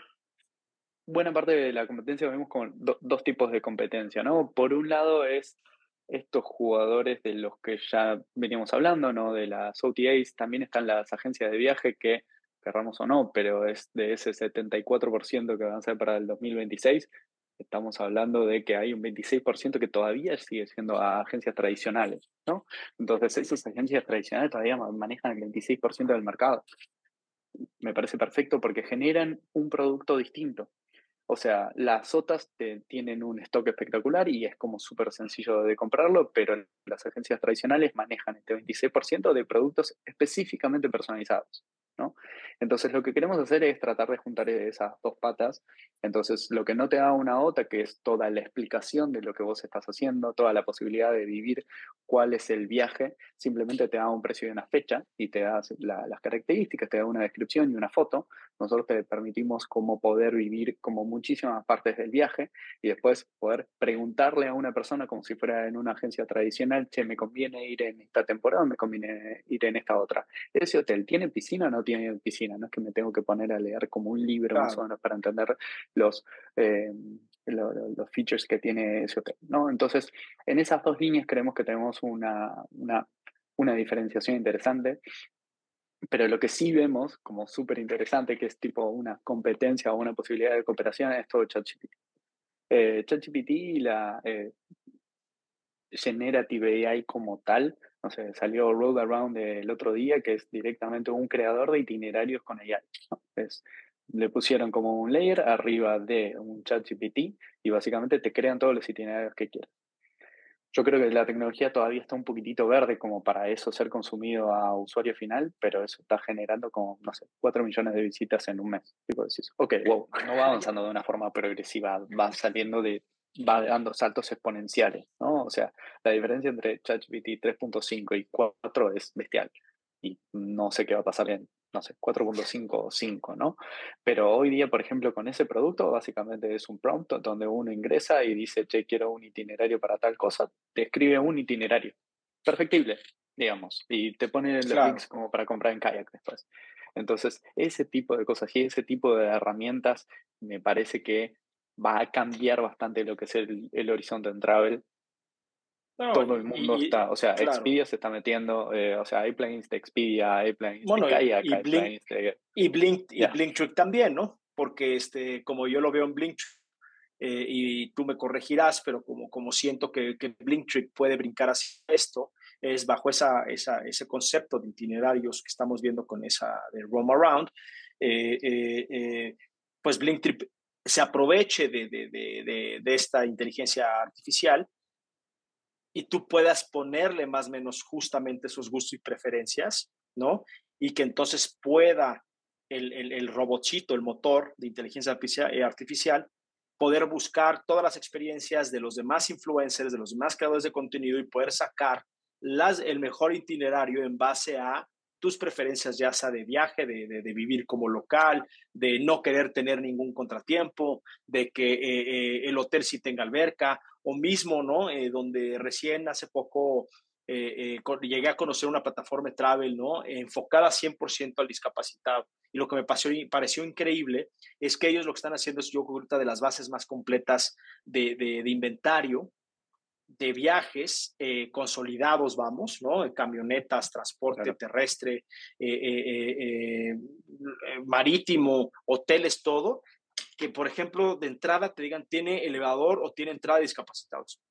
buena parte de la competencia vemos con do, dos tipos de competencia, ¿no? Por un lado es estos jugadores de los que ya veníamos hablando, ¿no? De las O T As, también están las agencias de viaje que, querramos o no, pero es de ese setenta y cuatro por ciento que van a ser para el dos mil veintiséis, estamos hablando de que hay un veintiséis por ciento que todavía sigue siendo a agencias tradicionales, ¿no? Entonces esas agencias tradicionales todavía manejan el veintiséis por ciento del mercado. Me parece perfecto porque generan un producto distinto. O sea, las OTAs te, tienen un stock espectacular y es como súper sencillo de comprarlo, pero las agencias tradicionales manejan este veintiséis por ciento de productos específicamente personalizados, ¿no? Entonces, lo que queremos hacer es tratar de juntar esas dos patas. Entonces, lo que no te da una OTA, que es toda la explicación de lo que vos estás haciendo, toda la posibilidad de vivir cuál es el viaje, simplemente te da un precio y una fecha y te da la, las características, te da una descripción y una foto. Nosotros te permitimos como poder vivir como muchísimas partes del viaje y después poder preguntarle a una persona como si fuera en una agencia tradicional, che, ¿me conviene ir en esta temporada o me conviene ir en esta otra? ¿Ese hotel tiene piscina o no tiene piscina? No es que me tengo que poner a leer como un libro más o Claro. menos para entender los, eh, lo, lo, los features que tiene ese hotel, ¿no? Entonces, en esas dos líneas creemos que tenemos una, una, una diferenciación interesante. Pero lo que sí vemos como súper interesante, que es tipo una competencia o una posibilidad de cooperación, es todo ChatGPT. Eh, ChatGPT y la eh, Generative A I como tal, no sé, salió Road Around el otro día, que es directamente un creador de itinerarios con A I, ¿no? Es, le pusieron como un layer arriba de un ChatGPT y básicamente te crean todos los itinerarios que quieras. Yo creo que la tecnología todavía está un poquitito verde como para eso ser consumido a usuario final, pero eso está generando como, no sé, cuatro millones de visitas en un mes. Tipo decís, ok, wow, no va avanzando de una forma progresiva, va saliendo de va dando saltos exponenciales, ¿no? O sea, la diferencia entre ChatGPT tres punto cinco y cuatro es bestial. Y no sé qué va a pasar en, no sé, cuatro punto cinco o cinco, ¿no? Pero hoy día, por ejemplo, con ese producto, básicamente es un prompt donde uno ingresa y dice, che, quiero un itinerario para tal cosa, te escribe un itinerario. Perfectible, digamos, y te pone los Claro. links como para comprar en Kayak después. Entonces, ese tipo de cosas y ese tipo de herramientas me parece que va a cambiar bastante lo que es el, el horizonte en travel. No, Todo el y, mundo y- y- está, o sea, claro. Expedia se está metiendo, eh, o sea, hay plugins de Expedia, hay plugins de Bueno, y, Kayak, y hay Blink, plugins de... y Blink, y Ya, Blinktree también, ¿no? Porque este, como yo lo veo en Blinktree, eh, y tú me corregirás, pero como, como siento que, que Blinktree puede brincar hacia esto, es bajo esa, esa, ese concepto de itinerarios que estamos viendo con esa de Roam Around, eh, eh, eh, pues Blinktree se aproveche de, de, de, de, de esta inteligencia artificial y tú puedas ponerle más o menos justamente esos gustos y preferencias, ¿no? Y que entonces pueda el, el, el robotcito, el motor de inteligencia artificial, artificial, poder buscar todas las experiencias de los demás influencers, de los demás creadores de contenido y poder sacar las, el mejor itinerario en base a tus preferencias, ya sea de viaje, de, de, de vivir como local, de no querer tener ningún contratiempo, de que eh, eh, el hotel sí tenga alberca, o mismo, ¿no? Eh, donde recién hace poco eh, eh, llegué a conocer una plataforma de travel, ¿no? Enfocada cien por ciento al discapacitado. Y lo que me pareció, pareció increíble es que ellos lo que están haciendo es, yo creo, de las bases más completas de, de, de inventario de viajes eh, consolidados, vamos, ¿no? Camionetas, transporte claro. terrestre, eh, eh, eh, marítimo, hoteles, todo, que por ejemplo de entrada te digan tiene elevador o tiene entrada de discapacitados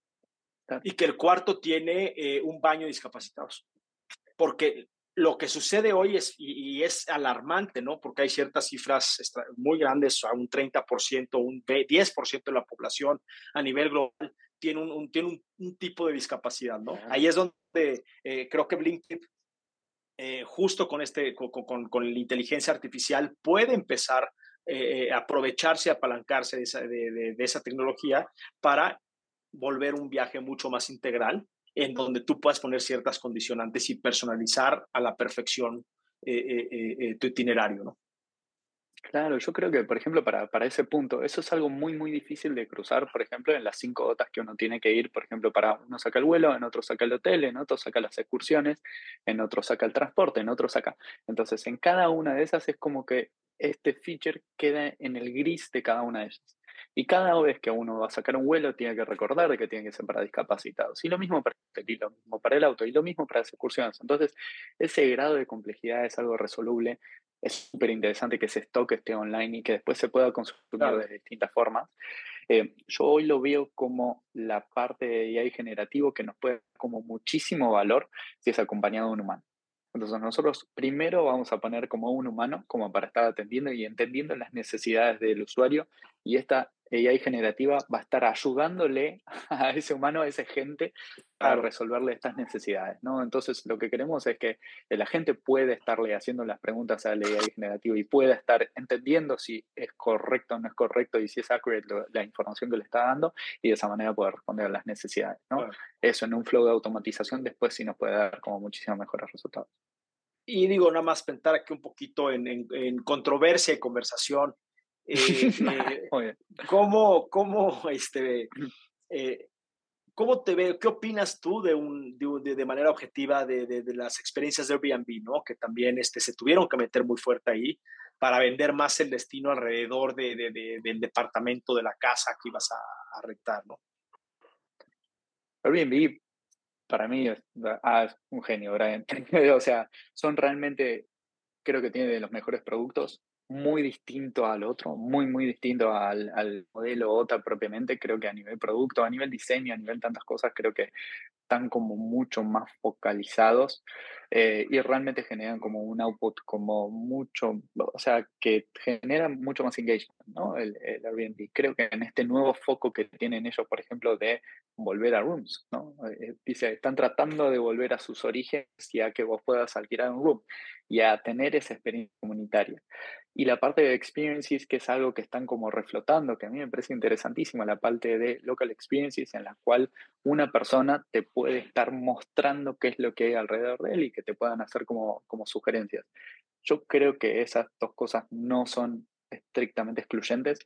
Claro. y que el cuarto tiene eh, un baño de discapacitados. Porque lo que sucede hoy es, y, y es alarmante, ¿no? Porque hay ciertas cifras muy grandes, a un treinta por ciento, un diez por ciento de la población a nivel global tiene un, un tiene un, un, tipo de discapacidad, ¿no? Claro. Ahí es donde eh, creo que Blinkit, eh, justo con, este, con, con, con, la inteligencia artificial, puede empezar eh, a aprovecharse, apalancarse de esa, de, de, de esa tecnología para volver un viaje mucho más integral, en donde tú puedas poner ciertas condicionantes y personalizar a la perfección eh, eh, eh, tu itinerario, ¿no? Claro, yo creo que, por ejemplo, para, para ese punto, eso es algo muy, muy difícil de cruzar, por ejemplo, en las cinco gotas que uno tiene que ir, por ejemplo, para uno saca el vuelo, en otro saca el hotel, en otro saca las excursiones, en otro saca el transporte, en otro saca. Entonces, en cada una de esas es como que este feature queda en el gris de cada una de ellas. Y cada vez que uno va a sacar un vuelo, tiene que recordar de que tiene que ser para discapacitados. Y lo mismo para el hotel, y lo mismo para el auto, y lo mismo para las excursiones. Entonces, ese grado de complejidad es algo resoluble. Es súper interesante que ese stock esté online y que después se pueda consumir Claro. de distintas formas. Eh, yo hoy lo veo como la parte de A I generativo que nos puede dar como muchísimo valor si es acompañado de un humano. Entonces nosotros primero vamos a poner como un humano, como para estar atendiendo y entendiendo las necesidades del usuario, y esta A I generativa va a estar ayudándole a ese humano, a esa gente, para Claro. resolverle estas necesidades, ¿no? Entonces lo que queremos es que el agente puede estarle haciendo las preguntas al A I generativo y pueda estar entendiendo si es correcto o no es correcto y si es accurate lo, la información que le está dando, y de esa manera poder responder a las necesidades, ¿no? Claro. Eso en un flow de automatización después sí nos puede dar como muchísimos mejores resultados. Y digo, nada más pensar aquí un poquito en, en, en controversia y conversación. Eh, eh, Muy bien. ¿Cómo, cómo este, eh, ¿Cómo te ve, qué opinas tú de, un, de, de manera objetiva de, de, de, las experiencias de Airbnb, ¿no? Que también este, se tuvieron que meter muy fuerte ahí para vender más el destino alrededor de, de, de, del departamento, de la casa que ibas a, a rentar, ¿no? Airbnb para mí es, ah, es un genio, Brian. O sea, son realmente, creo que tiene de los mejores productos, muy distinto al otro, muy, muy distinto al, al modelo O T A propiamente. Creo que a nivel producto, a nivel diseño, a nivel tantas cosas, creo que están como mucho más focalizados, eh, y realmente generan como un output como mucho, o sea, que generan mucho más engagement, ¿no? El, el Airbnb. Creo que en este nuevo foco que tienen ellos, por ejemplo, de volver a rooms, ¿no? Eh, dice, están tratando de volver a sus orígenes y a que vos puedas alquilar un room y a tener esa experiencia comunitaria. y la parte de experiences, que es algo que están como reflotando, que a mí me parece interesantísimo, la parte de local experiences, en la cual una persona te puede estar mostrando qué es lo que hay alrededor de él y que te puedan hacer como, como sugerencias. Yo creo que esas dos cosas no son estrictamente excluyentes.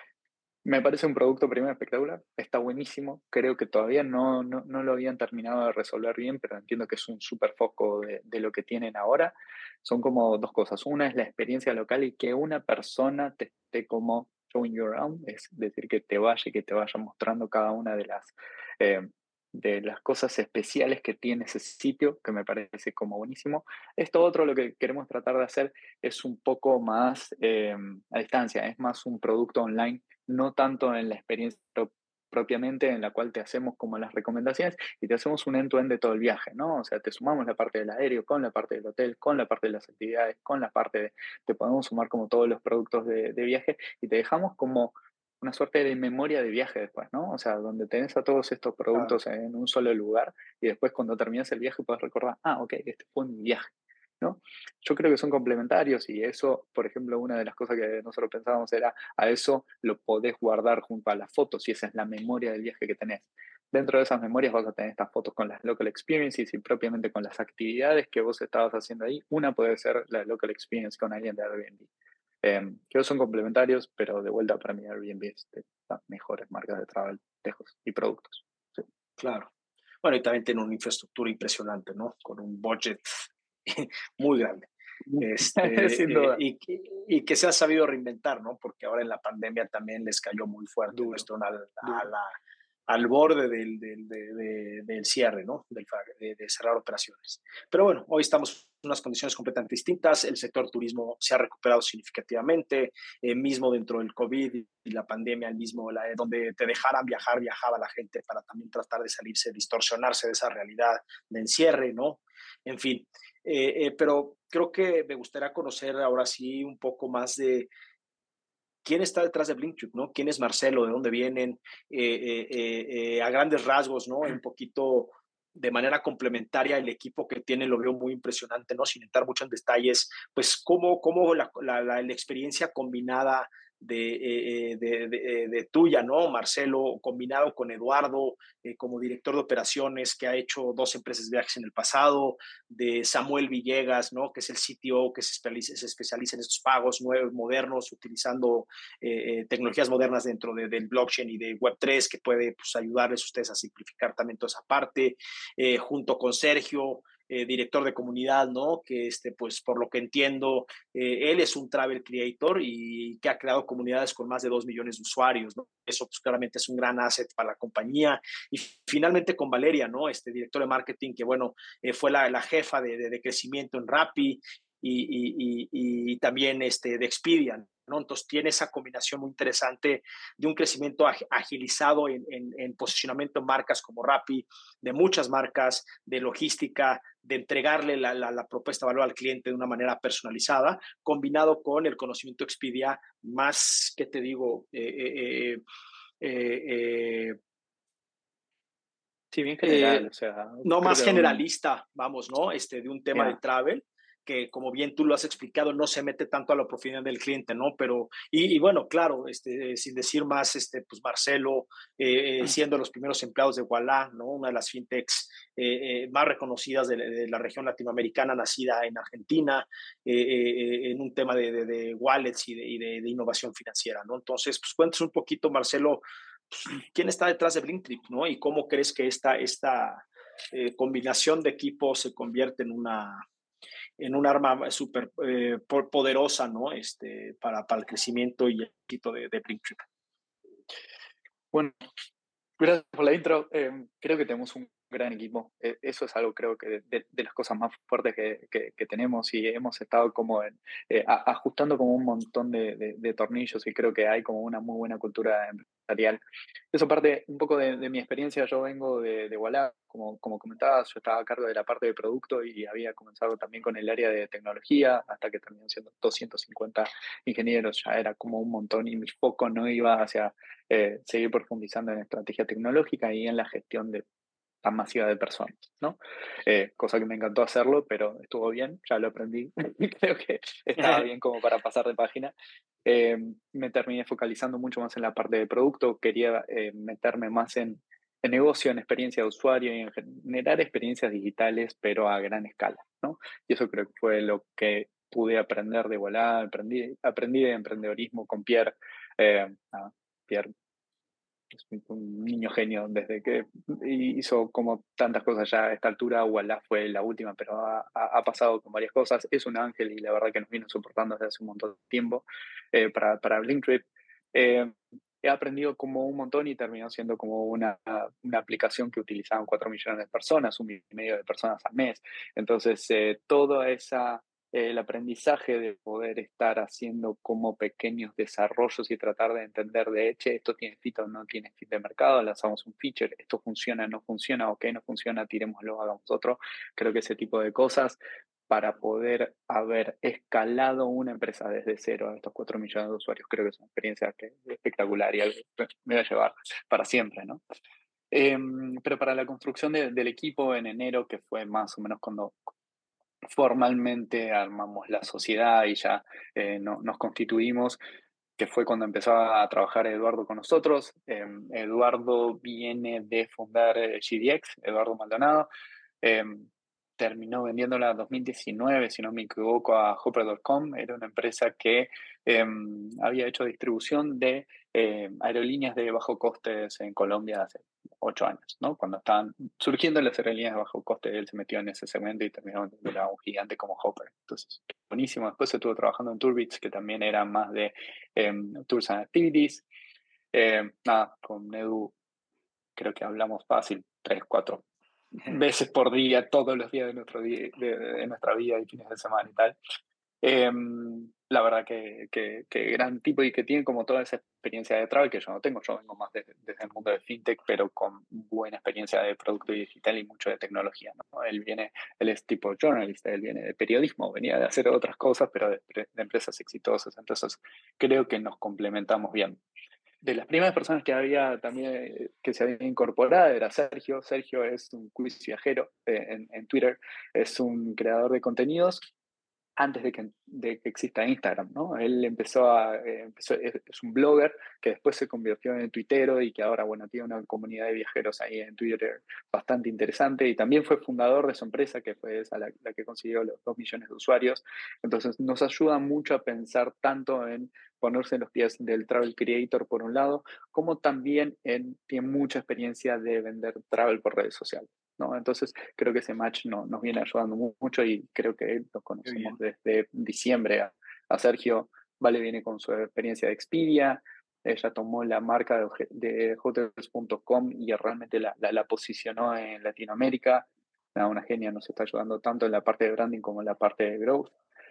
Me parece un producto primero espectacular, está buenísimo, creo que todavía no, no, no lo habían terminado de resolver bien, pero entiendo que es un súper foco de, de lo que tienen ahora. Son como dos cosas, una es la experiencia local y que una persona te esté como showing you around, es decir, que te vaya y que te vaya mostrando cada una de las, eh, de las cosas especiales que tiene ese sitio, que me parece como buenísimo. Esto otro, lo que queremos tratar de hacer es un poco más eh, a distancia, es más un producto online, no tanto en la experiencia pro- propiamente en la cual te hacemos como las recomendaciones y te hacemos un end-to-end de todo el viaje, ¿no? O sea, te sumamos la parte del aéreo, con la parte del hotel, con la parte de las actividades, con la parte de, te podemos sumar como todos los productos de, de viaje y te dejamos como una suerte de memoria de viaje después, ¿no? O sea, donde tenés a todos estos Claro. productos en un solo lugar y después cuando terminas el viaje puedes recordar, ah, ok, este fue mi viaje, ¿no? Yo creo que son complementarios y eso, por ejemplo, una de las cosas que nosotros pensábamos era a eso lo podés guardar junto a las fotos y esa es la memoria del viaje que tenés. Dentro de esas memorias vas a tener estas fotos con las local experiences y propiamente con las actividades que vos estabas haciendo ahí. Una puede ser la local experience con alguien de Airbnb. Eh, que son complementarios, pero de vuelta para mí Airbnb es de las mejores marcas de travel, lejos, y productos. Sí. Claro. Bueno, y también tiene una infraestructura impresionante, ¿no? Con un budget muy grande. Sin Este, eh, duda. y, que- y que se ha sabido reinventar, ¿no? Porque ahora en la pandemia también les cayó muy fuerte, ¿no? Duro, Estuvieron al, a duro. la- al borde del, del, de- de- del cierre, ¿no? Del, fa- de, de cerrar operaciones. Pero bueno, hoy estamos en unas condiciones completamente distintas. El sector turismo se ha recuperado significativamente, eh, mismo dentro del COVID y la pandemia, el mismo, la, donde te dejaran viajar, viajaba la gente para también tratar de salirse, distorsionarse de esa realidad de encierre, ¿no? En fin, eh, eh, pero creo que me gustaría conocer ahora sí un poco más de quién está detrás de Blinktrip, ¿no? ¿Quién es Marcelo? ¿De dónde vienen? Eh, eh, eh, eh, a grandes rasgos, ¿no? Un poquito de manera complementaria el equipo que tiene lo veo muy impresionante, ¿no? Sin entrar mucho en detalles, pues cómo, cómo la, la, la, la experiencia combinada de, eh, de, de, de, tuya, ¿no? Marcelo, combinado con Eduardo eh, como director de operaciones que ha hecho dos empresas de viajes en el pasado, de Samuel Villegas, ¿no? Que es el C T O que se especializa, se especializa en estos pagos nuevos, modernos, utilizando eh, tecnologías modernas dentro de, del blockchain y de web tres que puede pues, ayudarles a ustedes a simplificar también toda esa parte, eh, junto con Sergio, eh, director de comunidad, ¿no? Que, este, pues, por lo que entiendo, eh, él es un travel creator y que ha creado comunidades con más de dos millones de usuarios, ¿no? Eso, pues, claramente es un gran asset para la compañía. Y finalmente con Valeria, ¿no? Este director de marketing que, bueno, eh, fue la, la jefa de, de, de, crecimiento en Rappi y, y, y, y también este, de Expedia, ¿no? Entonces tiene esa combinación muy interesante de un crecimiento agilizado en, en, en posicionamiento en marcas como Rappi, de muchas marcas, de logística, de entregarle la, la, la propuesta de valor al cliente de una manera personalizada, combinado con el conocimiento Expedia más, ¿qué te digo? Eh, eh, eh, eh, Sí, bien general, eh, o sea, no creo más que un, generalista, vamos, ¿no? Este, de un tema de yeah. travel, que como bien tú lo has explicado, no se mete tanto a la profundidad del cliente, ¿no? Pero, y, y bueno, claro, este, sin decir más, este, pues Marcelo, eh, siendo los primeros empleados de Walla, ¿no? Una de las fintechs eh, eh, más reconocidas de, de, la región latinoamericana, nacida en Argentina, eh, eh, en un tema de, de, de wallets y, de, y de, de, innovación financiera, ¿no? Entonces, pues cuéntanos un poquito, Marcelo, quién está detrás de Blinktrip, ¿no? Y cómo crees que esta, esta eh, combinación de equipos se convierte en una en un arma súper eh, poderosa, ¿no? Este, para, para el crecimiento y el éxito de, de Blinktrip. Bueno, gracias por la intro. Eh, creo que tenemos un gran equipo. Eh, eso es algo, creo que de, de las cosas más fuertes que, que, que tenemos y hemos estado como en, eh, a, ajustando como un montón de, de, de tornillos y creo que hay como una muy buena cultura empresarial. Eso parte un poco de, de mi experiencia. Yo vengo de, de Walla, como, como comentabas, yo estaba a cargo de la parte de producto y había comenzado también con el área de tecnología hasta que terminó siendo doscientos cincuenta ingenieros. Ya era como un montón y mi foco no iba hacia eh, seguir profundizando en estrategia tecnológica y en la gestión de tan masiva de personas, ¿no? Eh, cosa que me encantó hacerlo, pero estuvo bien, ya lo aprendí. Creo que estaba bien como para pasar de página. Eh, me terminé focalizando mucho más en la parte de producto, quería eh, meterme más en, en negocio, en experiencia de usuario y en generar experiencias digitales, pero a gran escala, ¿no? Y eso creo que fue lo que pude aprender de Voilà, aprendí, aprendí de emprendedorismo con Pierre. Eh, ah, Pierre es un, un niño genio desde que hizo como tantas cosas ya a esta altura. Voilà fue la última, pero ha, ha, pasado con varias cosas. Es un ángel y la verdad que nos vino soportando desde hace un montón de tiempo eh, para, para Blinktrip. Eh, he aprendido como un montón y terminó siendo como una, una aplicación que utilizaban cuatro millones de personas, un millón y medio de personas al mes. Entonces, eh, toda esa el aprendizaje de poder estar haciendo como pequeños desarrollos y tratar de entender de hecho, esto tiene fit o no tiene fit de mercado, lanzamos un feature, esto funciona, no funciona, ok, no funciona, tirémoslo, hagamos otro. Creo que ese tipo de cosas para poder haber escalado una empresa desde cero a estos cuatro millones de usuarios, creo que es una experiencia que es espectacular y algo que me va a llevar para siempre, ¿no? Eh, pero para la construcción de, del equipo en enero, que fue más o menos cuando formalmente armamos la sociedad y ya eh, no, nos constituimos, que fue cuando empezó a trabajar Eduardo con nosotros. Eh, Eduardo viene de fundar eh, G D X, Eduardo Maldonado. Eh, terminó vendiéndola en dos mil diecinueve, si no me equivoco, a Hopper punto com. Era una empresa que eh, había hecho distribución de eh, aerolíneas de bajo coste en Colombia hace ocho años, ¿no? Cuando estaban surgiendo las aerolíneas de bajo coste, él se metió en ese segmento y terminó vendiéndola a un gigante como Hopper. Entonces, buenísimo. Después estuvo trabajando en Turbits, que también era más de eh, Tours and Activities. Eh, nada, con Edu creo que hablamos fácil tres, cuatro veces por día, todos los días de, nuestro día, de, de nuestra vida y fines de semana y tal. Eh, la verdad que, que, que gran tipo y que tiene como toda esa experiencia de travel que yo no tengo. Yo vengo más desde, desde el mundo de fintech, pero con buena experiencia de producto digital y mucho de tecnología, ¿no? Él viene, él es tipo journalista, él viene de periodismo, venía de hacer otras cosas, pero de, de empresas exitosas. Entonces creo que nos complementamos bien. De las primeras personas que había también que se había incorporado era Sergio. Sergio es un quiz viajero eh, en, en Twitter, es un creador de contenidos antes de que, de que exista Instagram, ¿no? Él empezó a, eh, empezó, es, es un blogger que después se convirtió en tuitero y que ahora, bueno, tiene una comunidad de viajeros ahí en Twitter bastante interesante y también fue fundador de su empresa, que fue esa la, la que consiguió los dos millones de usuarios. Entonces nos ayuda mucho a pensar tanto en ponerse en los pies del travel creator por un lado, como también en, tiene mucha experiencia de vender travel por redes sociales, ¿no? Entonces creo que ese match no, nos viene ayudando mucho y creo que los conocemos desde diciembre a, a Sergio. Vale viene con su experiencia de Expedia, ella tomó la marca de, de hotels punto com y realmente la, la, la posicionó en Latinoamérica. Una genia, nos está ayudando tanto en la parte de branding como en la parte de growth.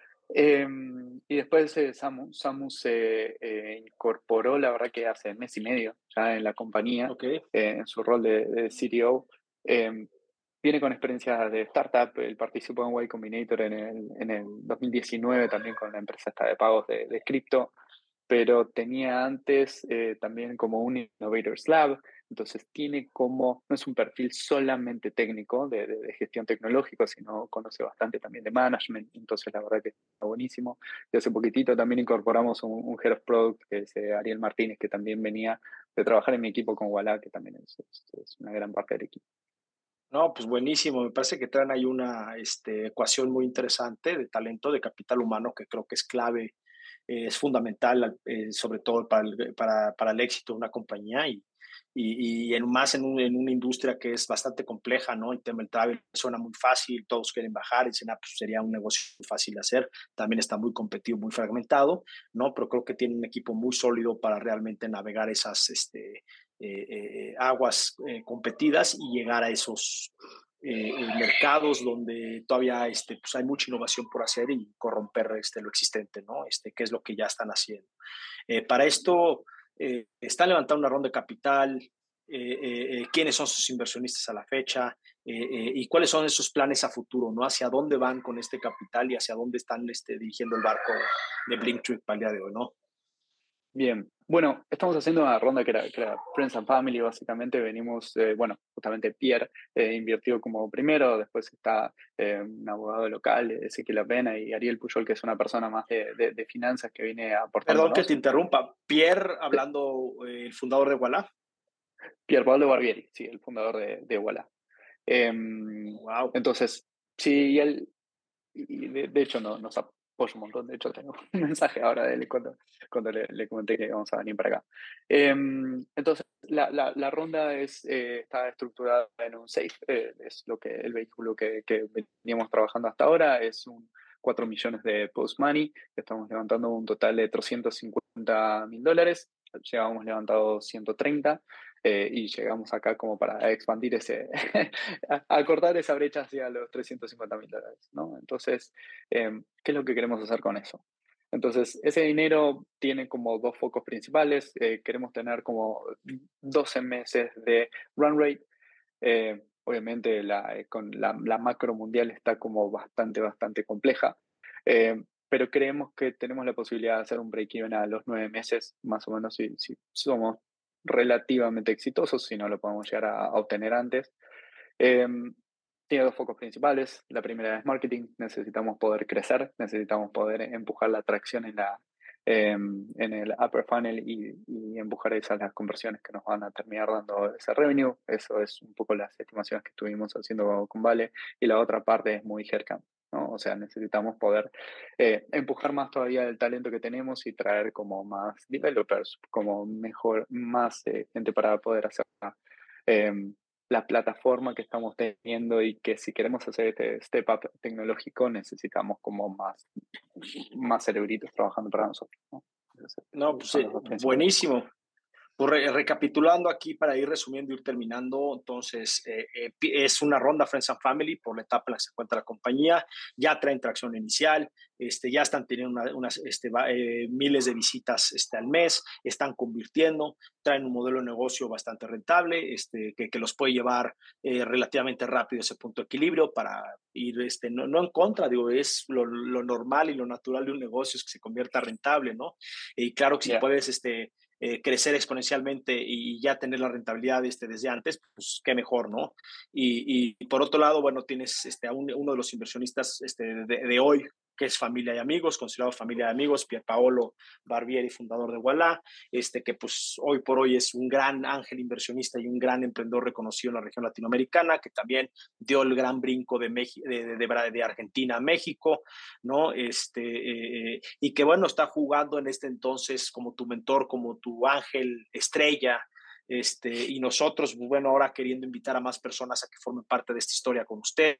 Eh, y después eh, Samu, Samu se eh, incorporó, la verdad que hace mes y medio ya en la compañía, okay. eh, en su rol de, de C T O. Eh, viene con experiencia de startup, él participó en Y Combinator en el, en el dos mil diecinueve también con la empresa esta de pagos de, de cripto, pero tenía antes eh, también como un Innovators Lab, entonces tiene como, no es un perfil solamente técnico de, de, de gestión tecnológica, sino conoce bastante también de management, entonces la verdad que está buenísimo. Y hace poquitito también incorporamos un, un Head of Product, que es eh, Ariel Martínez, que también venía de trabajar en mi equipo con Voilà, que también es, es, es una gran parte del equipo. No, pues buenísimo. Me parece que traen ahí una este, ecuación muy interesante de talento, de capital humano, que creo que es clave, eh, es fundamental, eh, sobre todo para el, para, para el éxito de una compañía y, y, y en, más en, un, en una industria que es bastante compleja, ¿no? El tema del travel suena muy fácil, todos quieren bajar, y dicen, ah, pues sería un negocio fácil de hacer. También está muy competido, muy fragmentado, ¿no? Pero creo que tiene un equipo muy sólido para realmente navegar esas este, eh, eh, aguas eh, competidas y llegar a esos eh, mercados donde todavía este, pues hay mucha innovación por hacer y corromper este, lo existente, ¿no? Este, qué es lo que ya están haciendo. Eh, para esto, eh, están levantando una ronda de capital, eh, eh, quiénes son sus inversionistas a la fecha eh, eh, y cuáles son esos planes a futuro, ¿no? Hacia dónde van con este capital y hacia dónde están este, dirigiendo el barco de Blinktrip al día de hoy, ¿no? Bien, bueno, estamos haciendo una ronda que era, que era Friends and Family, básicamente venimos, eh, bueno, justamente Pierre eh, invirtió como primero, después está eh, un abogado local, Ezequiel Pena, y Ariel Puyol, que es una persona más de, de, de finanzas que viene Perdón que te aportándonos. interrumpa. Pierre, hablando, eh, el fundador de Walla. Pierre Pablo Barbieri, sí, el fundador de, de Walla. Eh, Wow. entonces, sí, y él, y de, de hecho no, nos apoya un montón, de hecho tengo un mensaje ahora de él cuando, cuando le, le comenté que íbamos a venir para acá. Eh, entonces, la, la, la ronda es, eh, está estructurada en un SAFE, eh, es lo que, el vehículo que, que veníamos trabajando hasta ahora, es un cuatro millones de post-money, estamos levantando un total de trescientos cincuenta mil dólares, llevamos levantado ciento treinta. Eh, y llegamos acá como para expandir ese, acortar esa brecha hacia los trescientos cincuenta mil dólares, ¿no? Entonces, eh, ¿qué es lo que queremos hacer con eso? Entonces, ese dinero tiene como dos focos principales. Eh, queremos tener como doce meses de run rate. Eh, obviamente, la, eh, con la, la, macro mundial está como bastante, bastante compleja. Eh, pero creemos que tenemos la posibilidad de hacer un break-even a los nueve meses, más o menos, si, si somos relativamente exitosos, si no lo podemos llegar a, a obtener antes. Eh, tiene dos focos principales. La primera es marketing. Necesitamos poder crecer, necesitamos poder empujar la atracción en, la, eh, en el upper funnel y, y empujar esas las conversiones que nos van a terminar dando ese revenue. Eso es un poco las estimaciones que estuvimos haciendo con Vale. Y la otra parte es muy headcount, ¿no? O sea, necesitamos poder eh, empujar más todavía el talento que tenemos y traer como más developers, como mejor, más eh, gente para poder hacer eh, la plataforma que estamos teniendo y que si queremos hacer este step up tecnológico necesitamos como más, más cerebritos trabajando para nosotros, ¿no? Entonces, No, pues son eh, los dos principales focos. buenísimo. Pues re- recapitulando aquí para ir resumiendo, ir terminando, entonces eh, eh, es una ronda Friends and Family por la etapa en la que se encuentra la compañía, ya traen tracción inicial, este, ya están teniendo una, unas este, eh, miles de visitas este, al mes, están convirtiendo, traen un modelo de negocio bastante rentable, este, que, que los puede llevar eh, relativamente rápido a ese punto de equilibrio para ir, este, no, no en contra, digo, es lo, lo normal y lo natural de un negocio es que se convierta rentable, ¿no? Y claro que si Yeah. puedes, este, Eh, crecer exponencialmente y ya tener la rentabilidad este, desde antes, pues qué mejor, ¿no? Y, y por otro lado, bueno, tienes este, a un, uno de los inversionistas este, de, de hoy, que es familia y amigos, considerado familia y amigos, Pier Paolo Barbieri, fundador de Walla, este, que pues hoy por hoy es un gran ángel inversionista y un gran emprendedor reconocido en la región latinoamericana, que también dio el gran brinco de, México, de, de, de Argentina a México, ¿no? Este, eh, y que bueno, está jugando en este entonces como tu mentor, como tu ángel estrella, este, y nosotros, bueno, ahora queriendo invitar a más personas a que formen parte de esta historia con ustedes.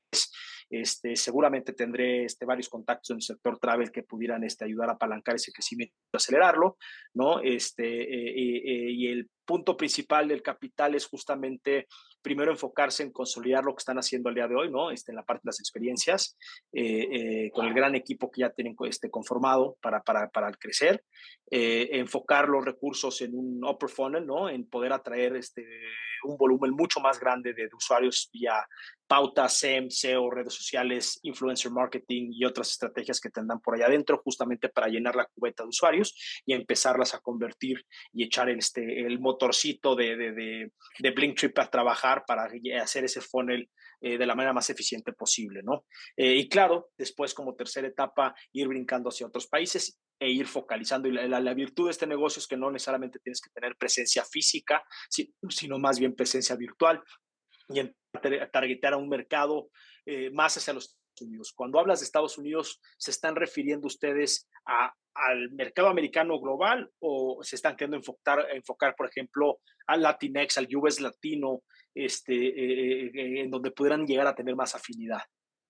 Este, seguramente tendré este, varios contactos en el sector travel que pudieran este, ayudar a apalancar ese crecimiento, acelerarlo, ¿no? Este, eh, eh, y el punto principal del capital es justamente primero enfocarse en consolidar lo que están haciendo al día de hoy, ¿no? Este, en la parte de las experiencias, eh, eh, con el gran equipo que ya tienen este, conformado para, para, para crecer, eh, enfocar los recursos en un upper funnel, ¿no? En poder atraer este, un volumen mucho más grande de, de usuarios vía pautas, S E M, S E O, redes sociales, influencer marketing y otras estrategias que tendrán por allá adentro, justamente para llenar la cubeta de usuarios y empezarlas a convertir y echar el, este, el motorcito de, de, de, de Blinktrip a trabajar para hacer ese funnel eh, de la manera más eficiente posible, ¿no? Eh, y claro, después como tercera etapa, ir brincando hacia otros países e ir focalizando. Y la, la, la virtud de este negocio es que no necesariamente tienes que tener presencia física, sino más bien presencia virtual y en targetear a un mercado eh, más hacia los Estados Unidos. Cuando hablas de Estados Unidos, ¿se están refiriendo ustedes a, al mercado americano global o se están queriendo enfocar, enfocar por ejemplo, al Latinx, al U S latino, este, eh, eh, en donde pudieran llegar a tener más afinidad?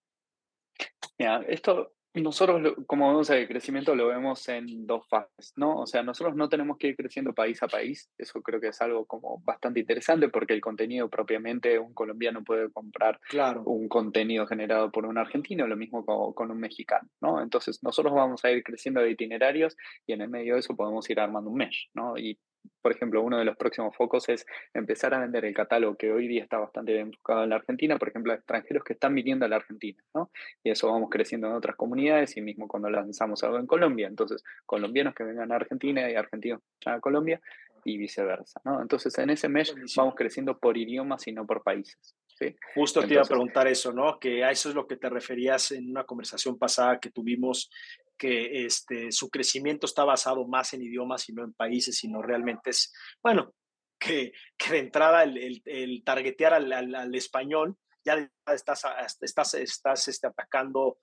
Mira, esto nosotros, lo- como vemos el crecimiento, lo vemos en dos fases, ¿no? O sea, nosotros no tenemos que ir creciendo país a país. Eso creo que es algo como bastante interesante porque el contenido propiamente, un colombiano puede comprar Claro. un contenido generado por un argentino, lo mismo con, con un mexicano, ¿no? Entonces, nosotros vamos a ir creciendo de itinerarios y en el medio de eso podemos ir armando un mesh, ¿no? Y por ejemplo, uno de los próximos focos es empezar a vender el catálogo que hoy día está bastante enfocado en la Argentina, por ejemplo, a extranjeros que están viniendo a la Argentina, ¿no? Y eso vamos creciendo en otras comunidades y mismo cuando lanzamos algo en Colombia, entonces colombianos que vengan a Argentina y argentinos que vayan a Colombia y viceversa, ¿no? Entonces en ese mesh Buenísimo. vamos creciendo por idiomas y no por países, ¿sí? Justo te iba a Entonces, preguntar eso, ¿no? Que a eso es lo que te referías en una conversación pasada que tuvimos, que este, su crecimiento está basado más en idiomas y no en países, sino realmente es, bueno, que, que de entrada el, el, el targetear al, al, al, español, ya estás, estás, estás este, atacando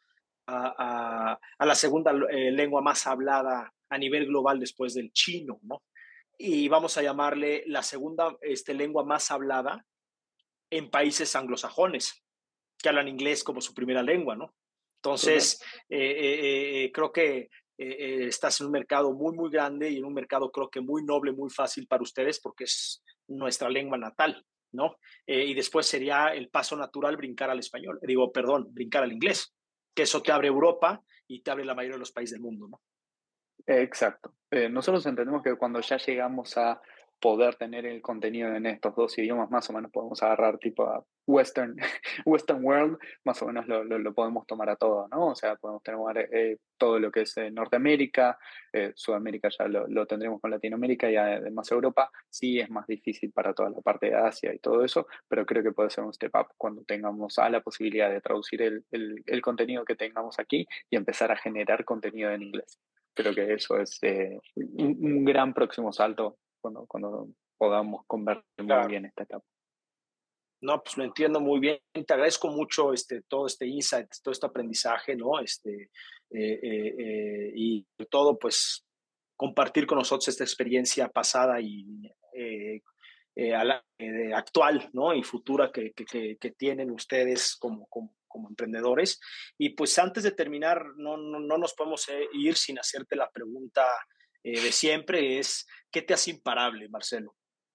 a, a, a la segunda eh, lengua más hablada a nivel global después del chino, ¿no? Y vamos a llamarle la segunda este, lengua más hablada en países anglosajones, que hablan inglés como su primera lengua, ¿no? Entonces, eh, eh, eh, creo que eh, eh, estás en un mercado muy, muy grande y en un mercado creo que muy noble, muy fácil para ustedes porque es nuestra lengua natal, ¿no? Eh, y después sería el paso natural brincar al español, digo, perdón, brincar al inglés, que eso te abre Europa y te abre la mayoría de los países del mundo, ¿no? exacto. Eh, nosotros entendemos que cuando ya llegamos a poder tener el contenido en estos dos idiomas, más o menos podemos agarrar tipo a Western, Western World, más o menos lo, lo, lo podemos tomar a todo, ¿no? O sea, podemos tener eh, todo lo que es eh, Norteamérica, eh, Sudamérica ya lo, lo tendremos con Latinoamérica y además Europa. Sí es más difícil para toda la parte de Asia y todo eso, pero creo que puede ser un step up cuando tengamos a la posibilidad de traducir el, el, el contenido que tengamos aquí y empezar a generar contenido en inglés. Creo que eso es eh, un, un gran próximo salto cuando, cuando podamos convertir muy Claro. bien esta etapa. No, pues lo entiendo muy bien. Te agradezco mucho este, todo este insight, todo este aprendizaje, ¿no? Este, eh, eh, eh, y todo, pues, compartir con nosotros esta experiencia pasada y eh, eh, a la, eh, actual, ¿no? Y futura que, que, que tienen ustedes como, como, como, emprendedores. Y pues antes de terminar, no, no, no nos podemos ir sin hacerte la pregunta eh, de siempre, es, ¿qué te hace imparable, Marcelo?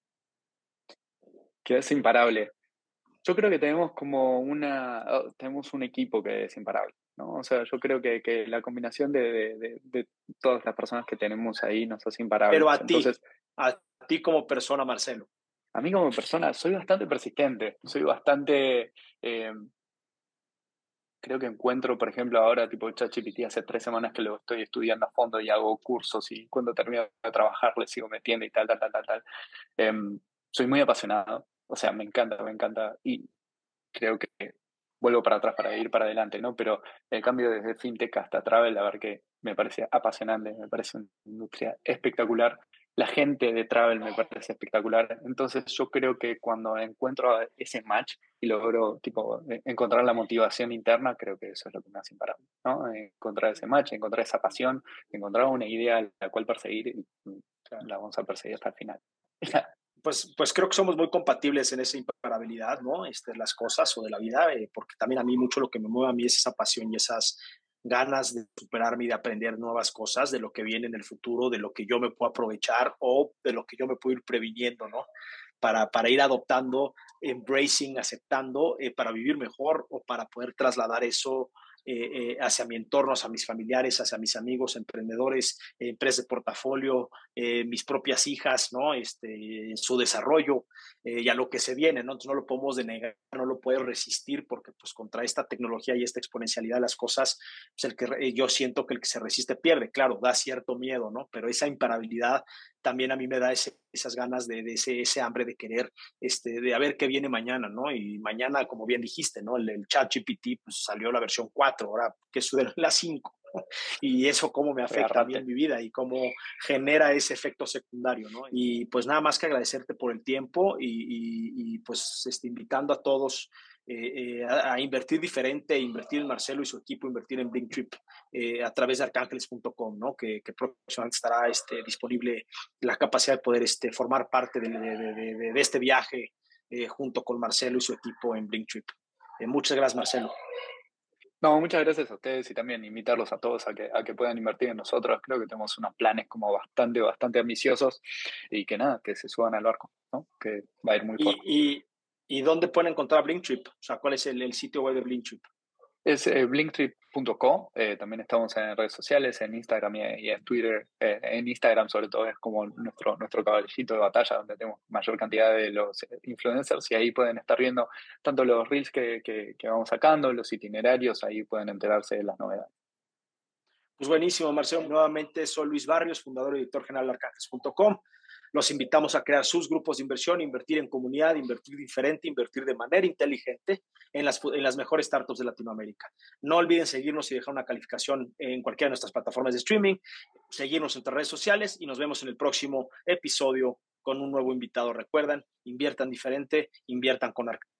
Que es imparable. Yo creo que tenemos como una, tenemos un equipo que es imparable, ¿no? O sea, yo creo que, que la combinación de, de, de, de todas las personas que tenemos ahí nos hace imparables. Pero a ti, Entonces, a ti como persona, Marcelo. a mí como persona soy bastante persistente, soy bastante, eh, creo que encuentro, por ejemplo, ahora tipo ChatGPT hace tres semanas que lo estoy estudiando a fondo y hago cursos y cuando termino de trabajar le sigo metiendo y tal, tal, tal, tal, tal. Eh, soy muy apasionado, o sea, me encanta, me encanta y creo que vuelvo para atrás para ir para adelante, ¿no? Pero el cambio desde FinTech hasta Travel, a ver que me parece apasionante, me parece una industria espectacular. La gente de Travel me parece espectacular. Entonces yo creo que cuando encuentro ese match y logro tipo encontrar la motivación interna, creo que eso es lo que me hace imparable, ¿no? Encontrar ese match, encontrar esa pasión, encontrar una idea la cual perseguir y la vamos a perseguir hasta el final. Pues, pues creo que somos muy compatibles en esa imparabilidad, ¿no? Este, las cosas o de la vida, eh, porque también a mí mucho lo que me mueve a mí es esa pasión y esas ganas de superarme y de aprender nuevas cosas, de lo que viene en el futuro, de lo que yo me puedo aprovechar o de lo que yo me puedo ir previniendo, ¿no? Para, para ir adoptando, embracing, aceptando, eh, para vivir mejor o para poder trasladar eso eh, eh, hacia mi entorno, hacia mis familiares, hacia mis amigos, emprendedores, eh, empresas de portafolio, eh, mis propias hijas, ¿no? Este, su desarrollo eh, y a lo que se viene, ¿no? Entonces no lo podemos denegar, no lo puedo resistir porque pues contra esta tecnología y esta exponencialidad de las cosas, pues el que eh, yo siento que el que se resiste pierde, claro, da cierto miedo, ¿no? Pero esa imparabilidad también a mí me da ese, esas ganas de, de ese, ese, hambre de querer, este, de a ver qué viene mañana, ¿no? Y mañana, como bien dijiste, ¿no? El, el ChatGPT pues, salió la versión cuatro, ahora que es la cinco. Y eso cómo me afecta a mí en mi vida y cómo genera ese efecto secundario, ¿no? Y pues nada más que agradecerte por el tiempo y, y, y pues este, invitando a todos eh, eh, a, a invertir diferente, invertir en Marcelo y su equipo, invertir en BlinkTrip eh, a través de arcángeles punto com, ¿no? Que, que próximamente estará este, disponible la capacidad de poder este, formar parte de, de, de, de, de este viaje eh, junto con Marcelo y su equipo en BlinkTrip. Eh, muchas gracias, Marcelo. No, muchas gracias a ustedes y también invitarlos a todos a que, a que puedan invertir en nosotros. Creo que tenemos unos planes como bastante, bastante ambiciosos y que nada, que se suban al barco, ¿no? Que va a ir muy fuerte. ¿Y, y, y dónde pueden encontrar BlinkTrip? O sea, ¿cuál es el, el sitio web de BlinkTrip? Es eh, blinktree punto co, eh, también estamos en redes sociales, en Instagram y, y en Twitter. Eh, en Instagram sobre todo es como nuestro, nuestro caballito de batalla, donde tenemos mayor cantidad de los influencers, y ahí pueden estar viendo tanto los reels que, que, que vamos sacando, los itinerarios, ahí pueden enterarse de las novedades. Pues buenísimo, Marcelo. Nuevamente soy Luis Barrios, fundador y director general de arcángeles punto com. Los invitamos a crear sus grupos de inversión, invertir en comunidad, invertir diferente, invertir de manera inteligente en las, en las mejores startups de Latinoamérica. No olviden seguirnos y dejar una calificación en cualquiera de nuestras plataformas de streaming, seguirnos en nuestras redes sociales y nos vemos en el próximo episodio con un nuevo invitado. Recuerdan, inviertan diferente, inviertan con Arcángeles.